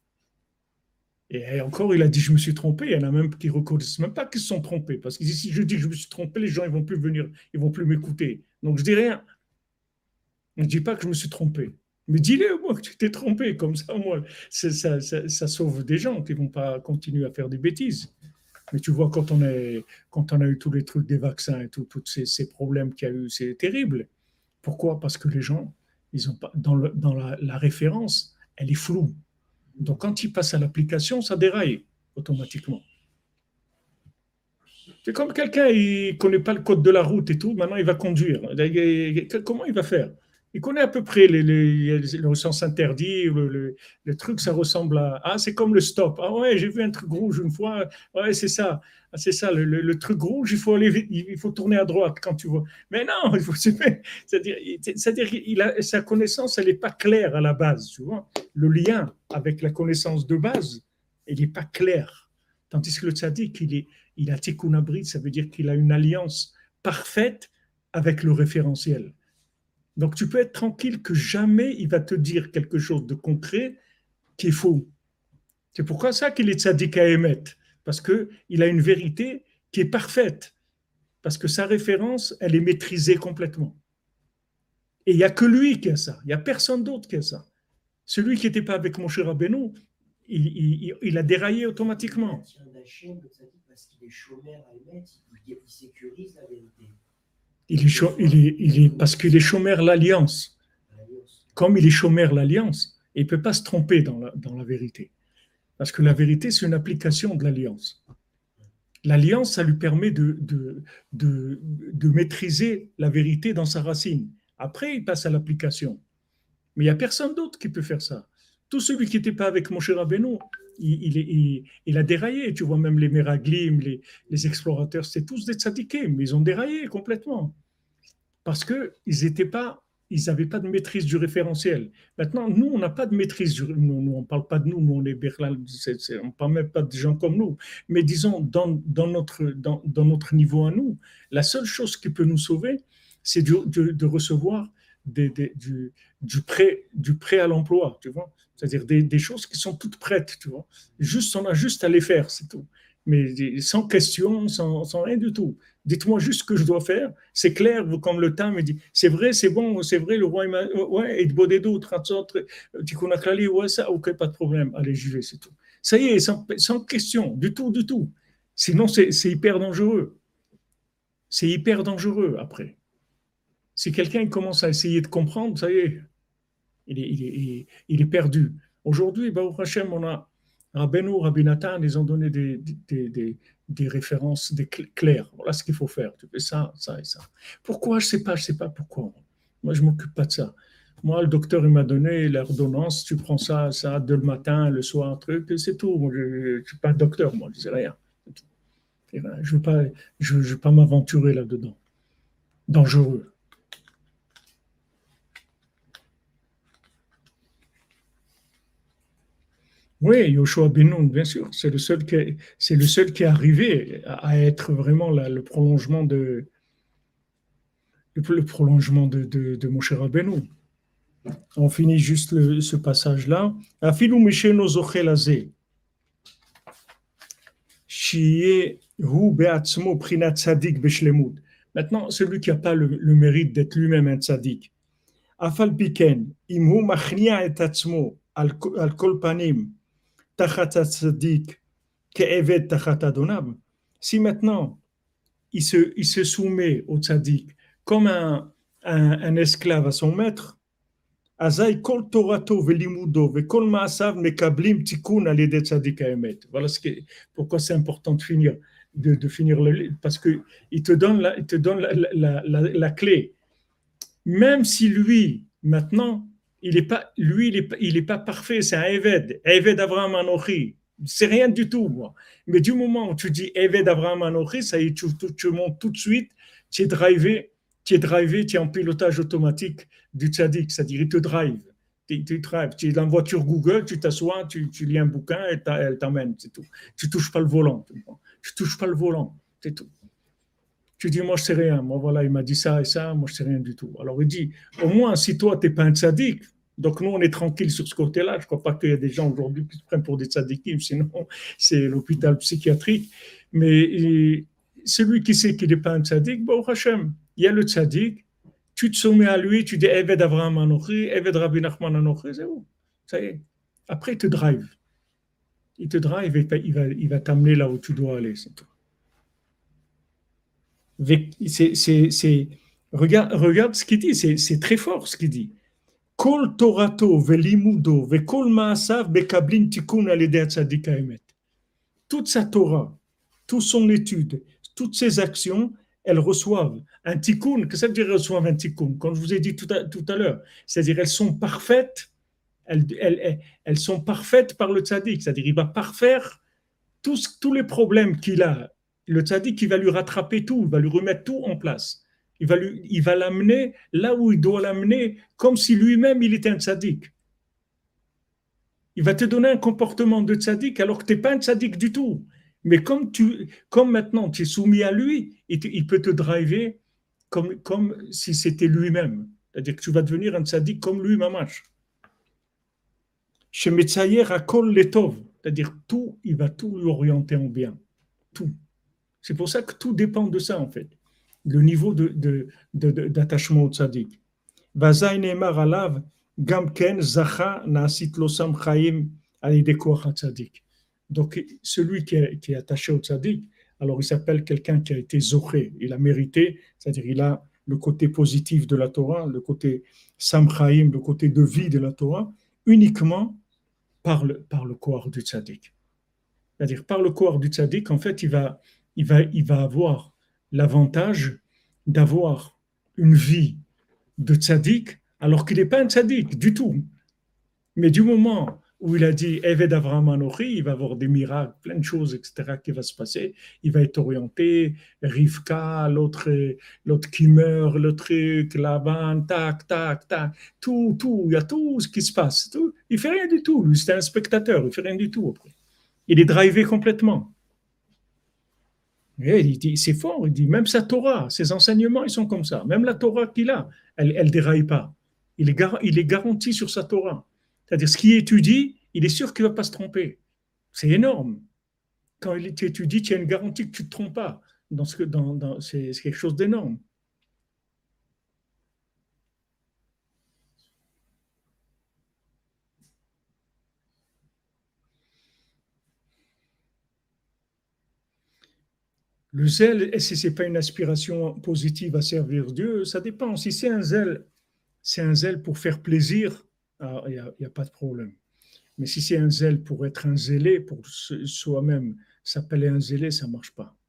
Et encore, il a dit, je me suis trompé. Il y en a même qui ne reconnaissent même pas qu'ils se sont trompés. Parce que si je dis que je me suis trompé, les gens ne vont plus venir, ils ne vont plus m'écouter. Donc, je ne dis rien. Je ne dis pas que je me suis trompé. Mais dis-le, moi, que tu t'es trompé. Comme ça, moi, ça, ça, ça, ça sauve des gens qui ne vont pas continuer à faire des bêtises. Mais tu vois, quand on, est, quand on a eu tous les trucs des vaccins et tout, tous ces, ces problèmes qu'il y a eu, c'est terrible. Pourquoi ? Parce que les gens, ils ont pas, dans, le, dans la, la référence, elle est floue. Donc, quand ils passent à l'application, ça déraille automatiquement. C'est comme quelqu'un, il ne connaît pas le code de la route et tout, maintenant il va conduire. Comment il va faire ? Il connaît à peu près les, les, le sens interdit, le, le, le truc, ça ressemble à... Ah, c'est comme le stop. Ah ouais, j'ai vu un truc rouge une fois. Ouais, c'est ça. Ah, c'est ça, le, le, le truc rouge, il faut aller vite, il faut tourner à droite quand tu vois. Mais non, il faut... C'est-à-dire, c'est-à-dire il a, sa connaissance, elle n'est pas claire à la base, tu vois. Le lien avec la connaissance de base, il n'est pas clair. Tandis que le tzaddik, il, est, il a tikkun abrit, ça veut dire qu'il a une alliance parfaite avec le référentiel. Donc, tu peux être tranquille que jamais il va te dire quelque chose de concret qui est faux. C'est pourquoi ça qu'il est tzaddik à émettre, parce qu'il a une vérité qui est parfaite, parce que sa référence, elle est maîtrisée complètement. Et il n'y a que lui qui a ça, il n'y a personne d'autre qui a ça. Celui qui n'était pas avec Moshe Rabbeinu, il, il, il a déraillé automatiquement. Parce qu'il est chômeur à émettre, il sécurise la vérité. Il est, il est, il est, parce qu'il est chômeur l'alliance. Comme il est chômeur l'alliance, il ne peut pas se tromper dans la, dans la vérité. Parce que la vérité, c'est une application de l'alliance. L'alliance, ça lui permet de, de, de, de maîtriser la vérité dans sa racine. Après, il passe à l'application. Mais il n'y a personne d'autre qui peut faire ça. Tout celui qui n'était pas avec Moshe Rabbeinu, il, il, il, il a déraillé. Tu vois, même les Meraglim, les, les explorateurs, c'est tous des tzadikim, mais ils ont déraillé complètement. Parce qu'ils n'étaient pas, ils n'avaient pas de maîtrise du référentiel. Maintenant, nous, on n'a pas de maîtrise. Du, nous, nous, on ne parle pas de nous, nous, on est Berlin, c'est, c'est, on ne parle même pas de gens comme nous. Mais disons, dans, dans, notre, dans, dans notre niveau à nous, la seule chose qui peut nous sauver, c'est de, de, de recevoir des, des, du, du, prêt, du prêt à l'emploi, tu vois. C'est-à-dire des, des choses qui sont toutes prêtes, tu vois. Juste, on a juste à les faire, c'est tout. Mais sans question, sans, sans rien du tout. Dites-moi juste ce que je dois faire. C'est clair, vous, comme le temps me dit, c'est vrai, c'est bon, c'est vrai, le roi, il m'a, ouais, et de Bodé d'autres, tu connais Klali, ouais, ça, ok, pas de problème, allez, j'y vais, c'est tout. Ça y est, sans, sans question, du tout, du tout. Sinon, c'est, c'est hyper dangereux. C'est hyper dangereux après. Si quelqu'un commence à essayer de comprendre, ça y est, il est, il est, il est perdu. Aujourd'hui, Baruch Hashem, on a Rabbeinu, Rabbi Nathan, ils ont donné des, des, des, des références des claires. Voilà ce qu'il faut faire. Tu fais ça, ça et ça. Pourquoi? Je ne sais pas, je ne sais pas pourquoi. Moi, je ne m'occupe pas de ça. Moi, le docteur, il m'a donné l'ordonnance. Tu prends ça, ça, de le matin, le soir, un truc, et c'est tout. Moi, je ne suis pas docteur, moi, je ne sais rien. Je ne veux pas, je, je veux pas m'aventurer là-dedans. Dangereux. Oui, Yoshua Ben Nun, bien sûr, c'est le seul qui est, c'est le seul qui est arrivé à être vraiment là, le prolongement de le, le prolongement de, de, de Moshe Rabbeinu. On finit juste le, ce passage-là. Afilu misheno zochel hazeh, shiye hu be'atzmo prinat tzadik beshlemut. Maintenant, celui qui n'a pas le, le mérite d'être lui-même un tzadik. Afal piken, im hu machnia et atzmo al kol panim. Si maintenant il se, il se soumet au tzaddik comme un, un, un esclave à son maître, voilà ce que, pourquoi c'est important de finir, de, de finir le, parce qu'il te donne, la, il te donne la, la, la, la clé. Même si lui, Maintenant, il est pas, lui, il est, pas- il est pas parfait, c'est un Eved, Eved Avraham Anochi. C'est rien du tout, moi. Mais du moment où tu dis Eved Avraham Anochi, ça y est, tu, tu, tu montes tout de suite, tu es drivé, tu es drivé, tu es en pilotage automatique du tzaddik, c'est-à-dire il te drive. Tu, tu, drive. Tu es dans la voiture Google, tu t'assois, tu, tu lis un bouquin, elle, t'a- elle t'emmène, c'est tout. Tu touches pas le volant. Tu touches pas le volant, c'est tout. Tu dis, moi, je sais rien. Moi, voilà, il m'a dit ça et ça. Moi, je sais rien du tout. Alors, il dit, au moins, si toi, tu n'es pas un tzaddik, donc nous, on est tranquille sur ce côté-là. Je ne crois pas qu'il y a des gens aujourd'hui qui se prennent pour des tzaddikim, sinon, c'est l'hôpital psychiatrique. Mais et, celui qui sait qu'il n'est pas un tzaddik, bon, Hachem, il y a le tzaddik, tu te soumets à lui, tu dis, Eved Avraham Anochi, Eved Rabbi Nachman Anochi, c'est où? Ça y est. Après, il te drive. Il te drive et il va, il va t'amener là où tu dois aller, c'est tout. C'est, c'est, c'est, regarde, regarde ce qu'il dit, c'est, c'est très fort ce qu'il dit. Kol torato velimudo vekol maasav bekablin tikun alidei tzaddik haemet. Toute sa Torah, toute son étude, toutes ses actions, elles reçoivent un tikkun. Qu'est-ce que ça veut dire elles reçoivent un tikkun? Comme je vous ai dit tout à, tout à l'heure, c'est-à-dire elles sont parfaites, elles, elles, elles, elles sont parfaites par le tzaddik, c'est-à-dire il va parfaire tous, tous les problèmes qu'il a. Le tzaddik, il va lui rattraper tout, il va lui remettre tout en place. Il va, lui, il va l'amener là où il doit l'amener, comme si lui-même, il était un tzaddik. Il va te donner un comportement de tzaddik alors que tu n'es pas un tzaddik du tout. Mais comme, tu, comme maintenant tu es soumis à lui, il, te, il peut te driver comme, comme si c'était lui-même. C'est-à-dire que tu vas devenir un tzaddik comme lui, mamash. Chez Metzayer, Akol Letov, c'est-à-dire tout, il va tout lui orienter en bien. Tout. C'est pour ça que tout dépend de ça, en fait. Le niveau de, de, de, de, d'attachement au tzaddik. Vazaï Neymar alav, Gamken, Zacha, Naasit Losam Chaim, Alidei Koach HaTzadik. Donc, celui qui est, qui est attaché au tzaddik, alors il s'appelle quelqu'un qui a été zoché, il a mérité, c'est-à-dire il a le côté positif de la Torah, le côté Sam Chaim, le côté de vie de la Torah, uniquement par le, par le Koach du tzaddik. C'est-à-dire par le Koach du tzaddik, en fait, il va, il va, il va avoir l'avantage d'avoir une vie de tzaddik, alors qu'il n'est pas un tzaddik du tout. Mais du moment où il a dit Eved Avraham Anochi, il va avoir des miracles, plein de choses, et cetera qui va se passer. Il va être orienté, Rivka, l'autre, l'autre qui meurt, le truc, Laban, tac, tac, tac, tout, tout, il y a tout ce qui se passe. Tout. Il ne fait rien du tout, lui, c'est un spectateur, il ne fait rien du tout après. Il est drivé complètement. Et il dit, c'est fort, il dit, même sa Torah, ses enseignements, ils sont comme ça. Même la Torah qu'il a, elle ne déraille pas. Il est, gar- il est garanti sur sa Torah. C'est-à-dire, ce qu'il étudie, il est sûr qu'il ne va pas se tromper. C'est énorme. Quand il étudie, tu as une garantie que tu ne te trompes pas. Dans ce que, dans, dans, c'est, c'est quelque chose d'énorme. Le zèle, si ce n'est pas une aspiration positive à servir Dieu, ça dépend. Si c'est un zèle, c'est un zèle pour faire plaisir, il n'y a, a pas de problème. Mais si c'est un zèle pour être un zélé, pour soi-même s'appeler un zélé, ça ne marche pas.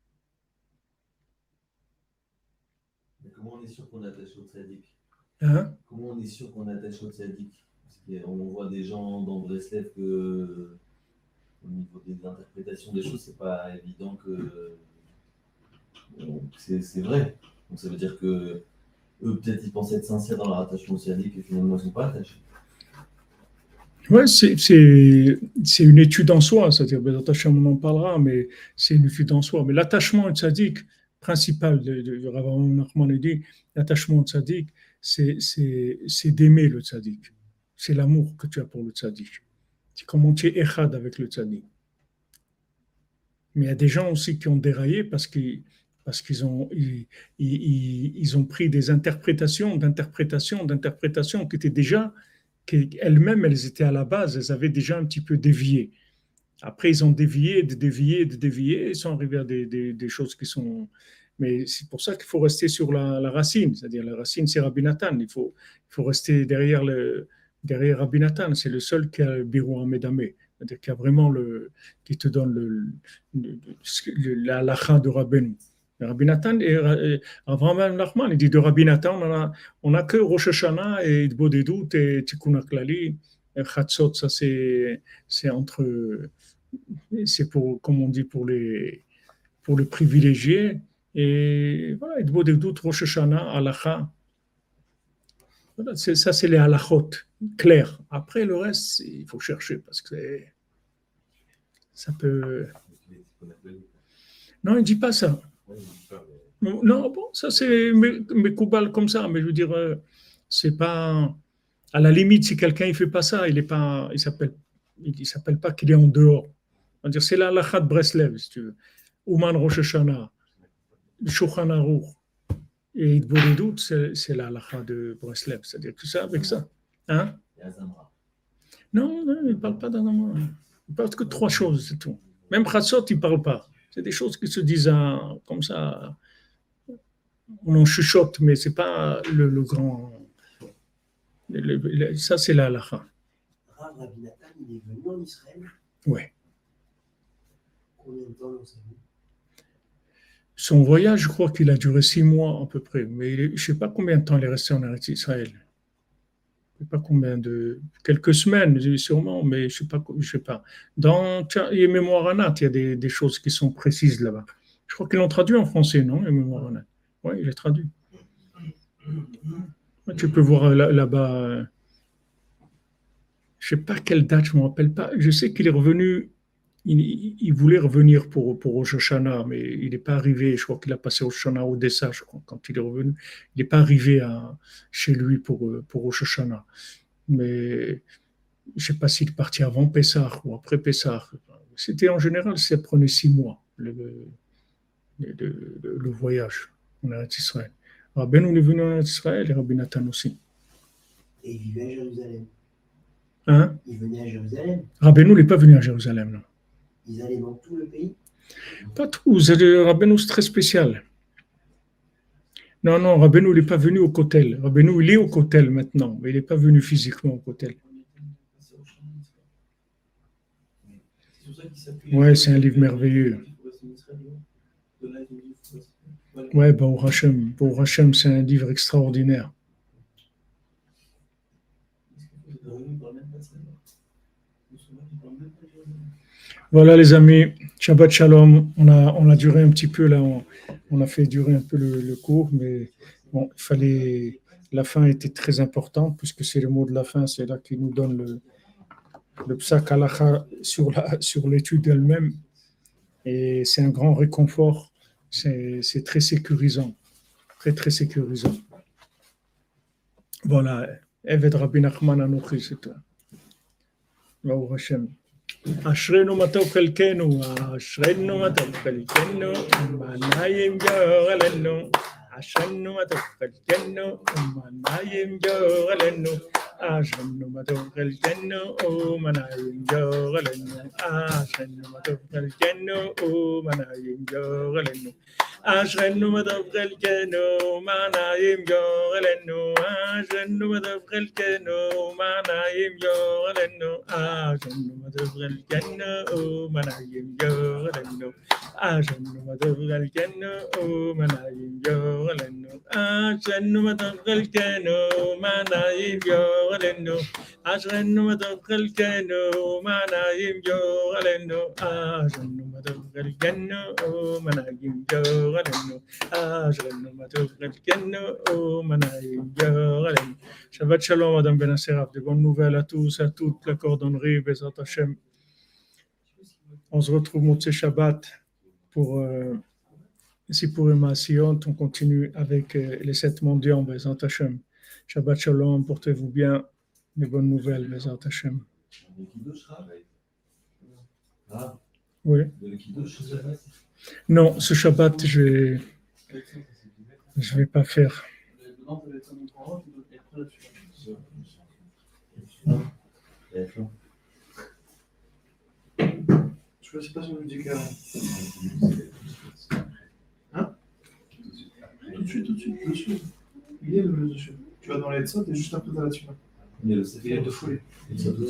Mais comment on est sûr qu'on est attaché au tzaddik? Hein? Comment on est sûr qu'on est attaché au tzaddik? Parce qu'on voit des gens dans Breslev que, au niveau des interprétations des choses, c'est pas évident que c'est, c'est vrai. Donc ça veut dire que eux, peut-être, ils pensaient être sincères dans leur attachement au tzaddik et finalement, ils ne sont pas attachés. Oui, c'est, c'est, c'est une étude en soi, c'est-à-dire, ben, l'attachement, on en parlera, mais c'est une étude en soi. Mais l'attachement au tzaddik, principal de, de, de Rav Nachman dit, l'attachement au tzaddik, c'est, c'est, c'est d'aimer le tzaddik. C'est l'amour que tu as pour le tzaddik. C'est comment tu es echad avec le tzaddik. Mais il y a des gens aussi qui ont déraillé parce qu'ils, parce qu'ils ont, ils, ils, ils ont pris des interprétations, d'interprétations, d'interprétations qui étaient déjà, qu'elles-mêmes, elles étaient à la base, elles avaient déjà un petit peu dévié. Après, ils ont dévié, de dévié, de dévié, ils sont arrivés à des, des, des choses qui sont... Mais c'est pour ça qu'il faut rester sur la, la racine, c'est-à-dire la racine, c'est Rabbi Nathan. Il faut, il faut rester derrière, le, derrière Rabbi Nathan. C'est le seul qui a le Birou en Médamé, c'est-à-dire qui a vraiment le... qui te donne le, le, le, la lacha de Rabbeinu. Rabbi Nathan et, et Avraham Nachman, il dit de Rabbi Nathan, on a, on a que Rosh Hashanah et Bodedut et Tikkun HaKlali. Et Chatzot, ça c'est, c'est entre, c'est pour, comme on dit, pour les, pour les privilégiés. Et voilà, Bodedut, Rosh Hashanah, Halacha. Voilà, c'est, ça c'est les halachot, clairs. Après le reste, il faut chercher parce que c'est, ça peut. Non, il ne dit pas ça. Non, bon, ça c'est mes koubal comme ça, mais je veux dire, euh, c'est pas. À la limite, si quelqu'un ne fait pas ça, il est pas, il s'appelle, il s'appelle pas qu'il est en dehors. On va dire, c'est la halakha de Breslev, si tu veux. Ouman Rosh Hashanah, Shulchan Aruch et Bodedut, c'est, c'est la halakha de Breslev. C'est-à-dire tout ça avec ça. Hein? Non, non, il ne parle pas d'Azamra. Il ne parle que de trois choses, c'est tout. Même Chatzot, il ne parle pas. C'est des choses qui se disent à, comme ça. On en chuchote, mais ce n'est pas le, le grand. Le, le, ça, c'est la halakha. Rav Rabbi Nathan, il est venu en Israël. Oui. Combien de temps dans sa vie? Son voyage, je crois qu'il a duré six mois à peu près, mais je ne sais pas combien de temps il est resté en Eretz Israël. Je ne sais pas combien de. Quelques semaines, sûrement, mais je ne sais pas. Je sais pas. Dans les Mémoires Anat, il y a des, des choses qui sont précises là-bas. Je crois qu'ils l'ont traduit en français, non, les Mémoires Anat? Oui, il est traduit. Tu peux voir là, là-bas. Euh, je ne sais pas quelle date, je ne me rappelle pas. Je sais qu'il est revenu. Il, il voulait revenir pour, pour Rosh Hashanah, mais il n'est pas arrivé. Je crois qu'il a passé Rosh Hashanah à Odessa, je crois, quand il est revenu. Il n'est pas arrivé à, chez lui pour, pour Rosh Hashanah. Mais je ne sais pas s'il est parti avant Pessah ou après Pessah. C'était en général, ça prenait six mois, le, le, le, le voyage en Eretz Israël. Rabbeinu est venu en Eretz Israël et Rabbi Nathan aussi. Et il vivait à Jérusalem. Hein? Il venait à Jérusalem. Rabbeinu n'est pas venu à Jérusalem, non. Ils allaient dans tout le pays. Pas tout. Rabbeinu, c'est très spécial. Non, non, Rabbeinu n'est pas venu au Kotel. Rabbeinu, il est au Kotel maintenant, mais il n'est pas venu physiquement au Kotel. Ouais, c'est un livre merveilleux. Ouais, Baruch Hashem. Baruch Hashem, c'est un livre extraordinaire. Voilà les amis, Shabbat Shalom. On a, on a duré un petit peu là, on, on a fait durer un peu le, le cours, mais bon, il fallait. La fin était très importante puisque c'est le mot de la fin, c'est là qui nous donne le, le psak halacha sur, la, sur l'étude elle-même. Et c'est un grand réconfort, c'est, c'est très sécurisant, très très sécurisant. Voilà, Eved Rabbi Nachman Anochi, c'est toi. Baruch Hashem. אשרנו מה טוב חלקנו, אשרנו מה טוב חלקנו, ומנעים גורלנו. אשרנו מה טוב חלקנו, ומנעים גורלנו. אשרנו מה טוב חלקנו, ומנעים גורלנו. אשרנו מה טוב חלקנו, ומנעים גורלנו. אשרנו מה טוב חלקנו, ומנעים גורלנו. אשרנו מה טוב חלקנו, ומנעים גורלנו. אשרנו מה טוב חלקנו, ומנעים גורלנו. אשרנו מה טוב חלקנו, ומנעים גורלנו. אשרנו מה טוב חלקנו, ומנעים גורלנו. אשרנו מה טוב חלקנו, ומנעים גורלנו. אשרנו מה טוב חלקנו, ומנעים גורלנו. אשרנו מה טוב חלקנו, ומנעים גורלנו. Shabbat Shalom, Madame Benasseraf. De bonnes nouvelles à tous, à toute la cordonnerie, Bezrat Hashem. On se retrouve Motzei Shabbat pour euh, Sipurim Maasiyot. On continue avec euh, les sept mendiants, Bezrat Hashem. Shabbat Shalom, portez-vous bien. De bonnes nouvelles, Bezrat Hashem. Oui. Non, ce Shabbat, je vais, je vais pas faire. Je ne sais pas si on le dit clairement. Hein? Tout de suite, tout de suite, dessus. Il est le dessus. Tu vas dans les Tzot et juste après, tu as la dessus. Il est de foulée.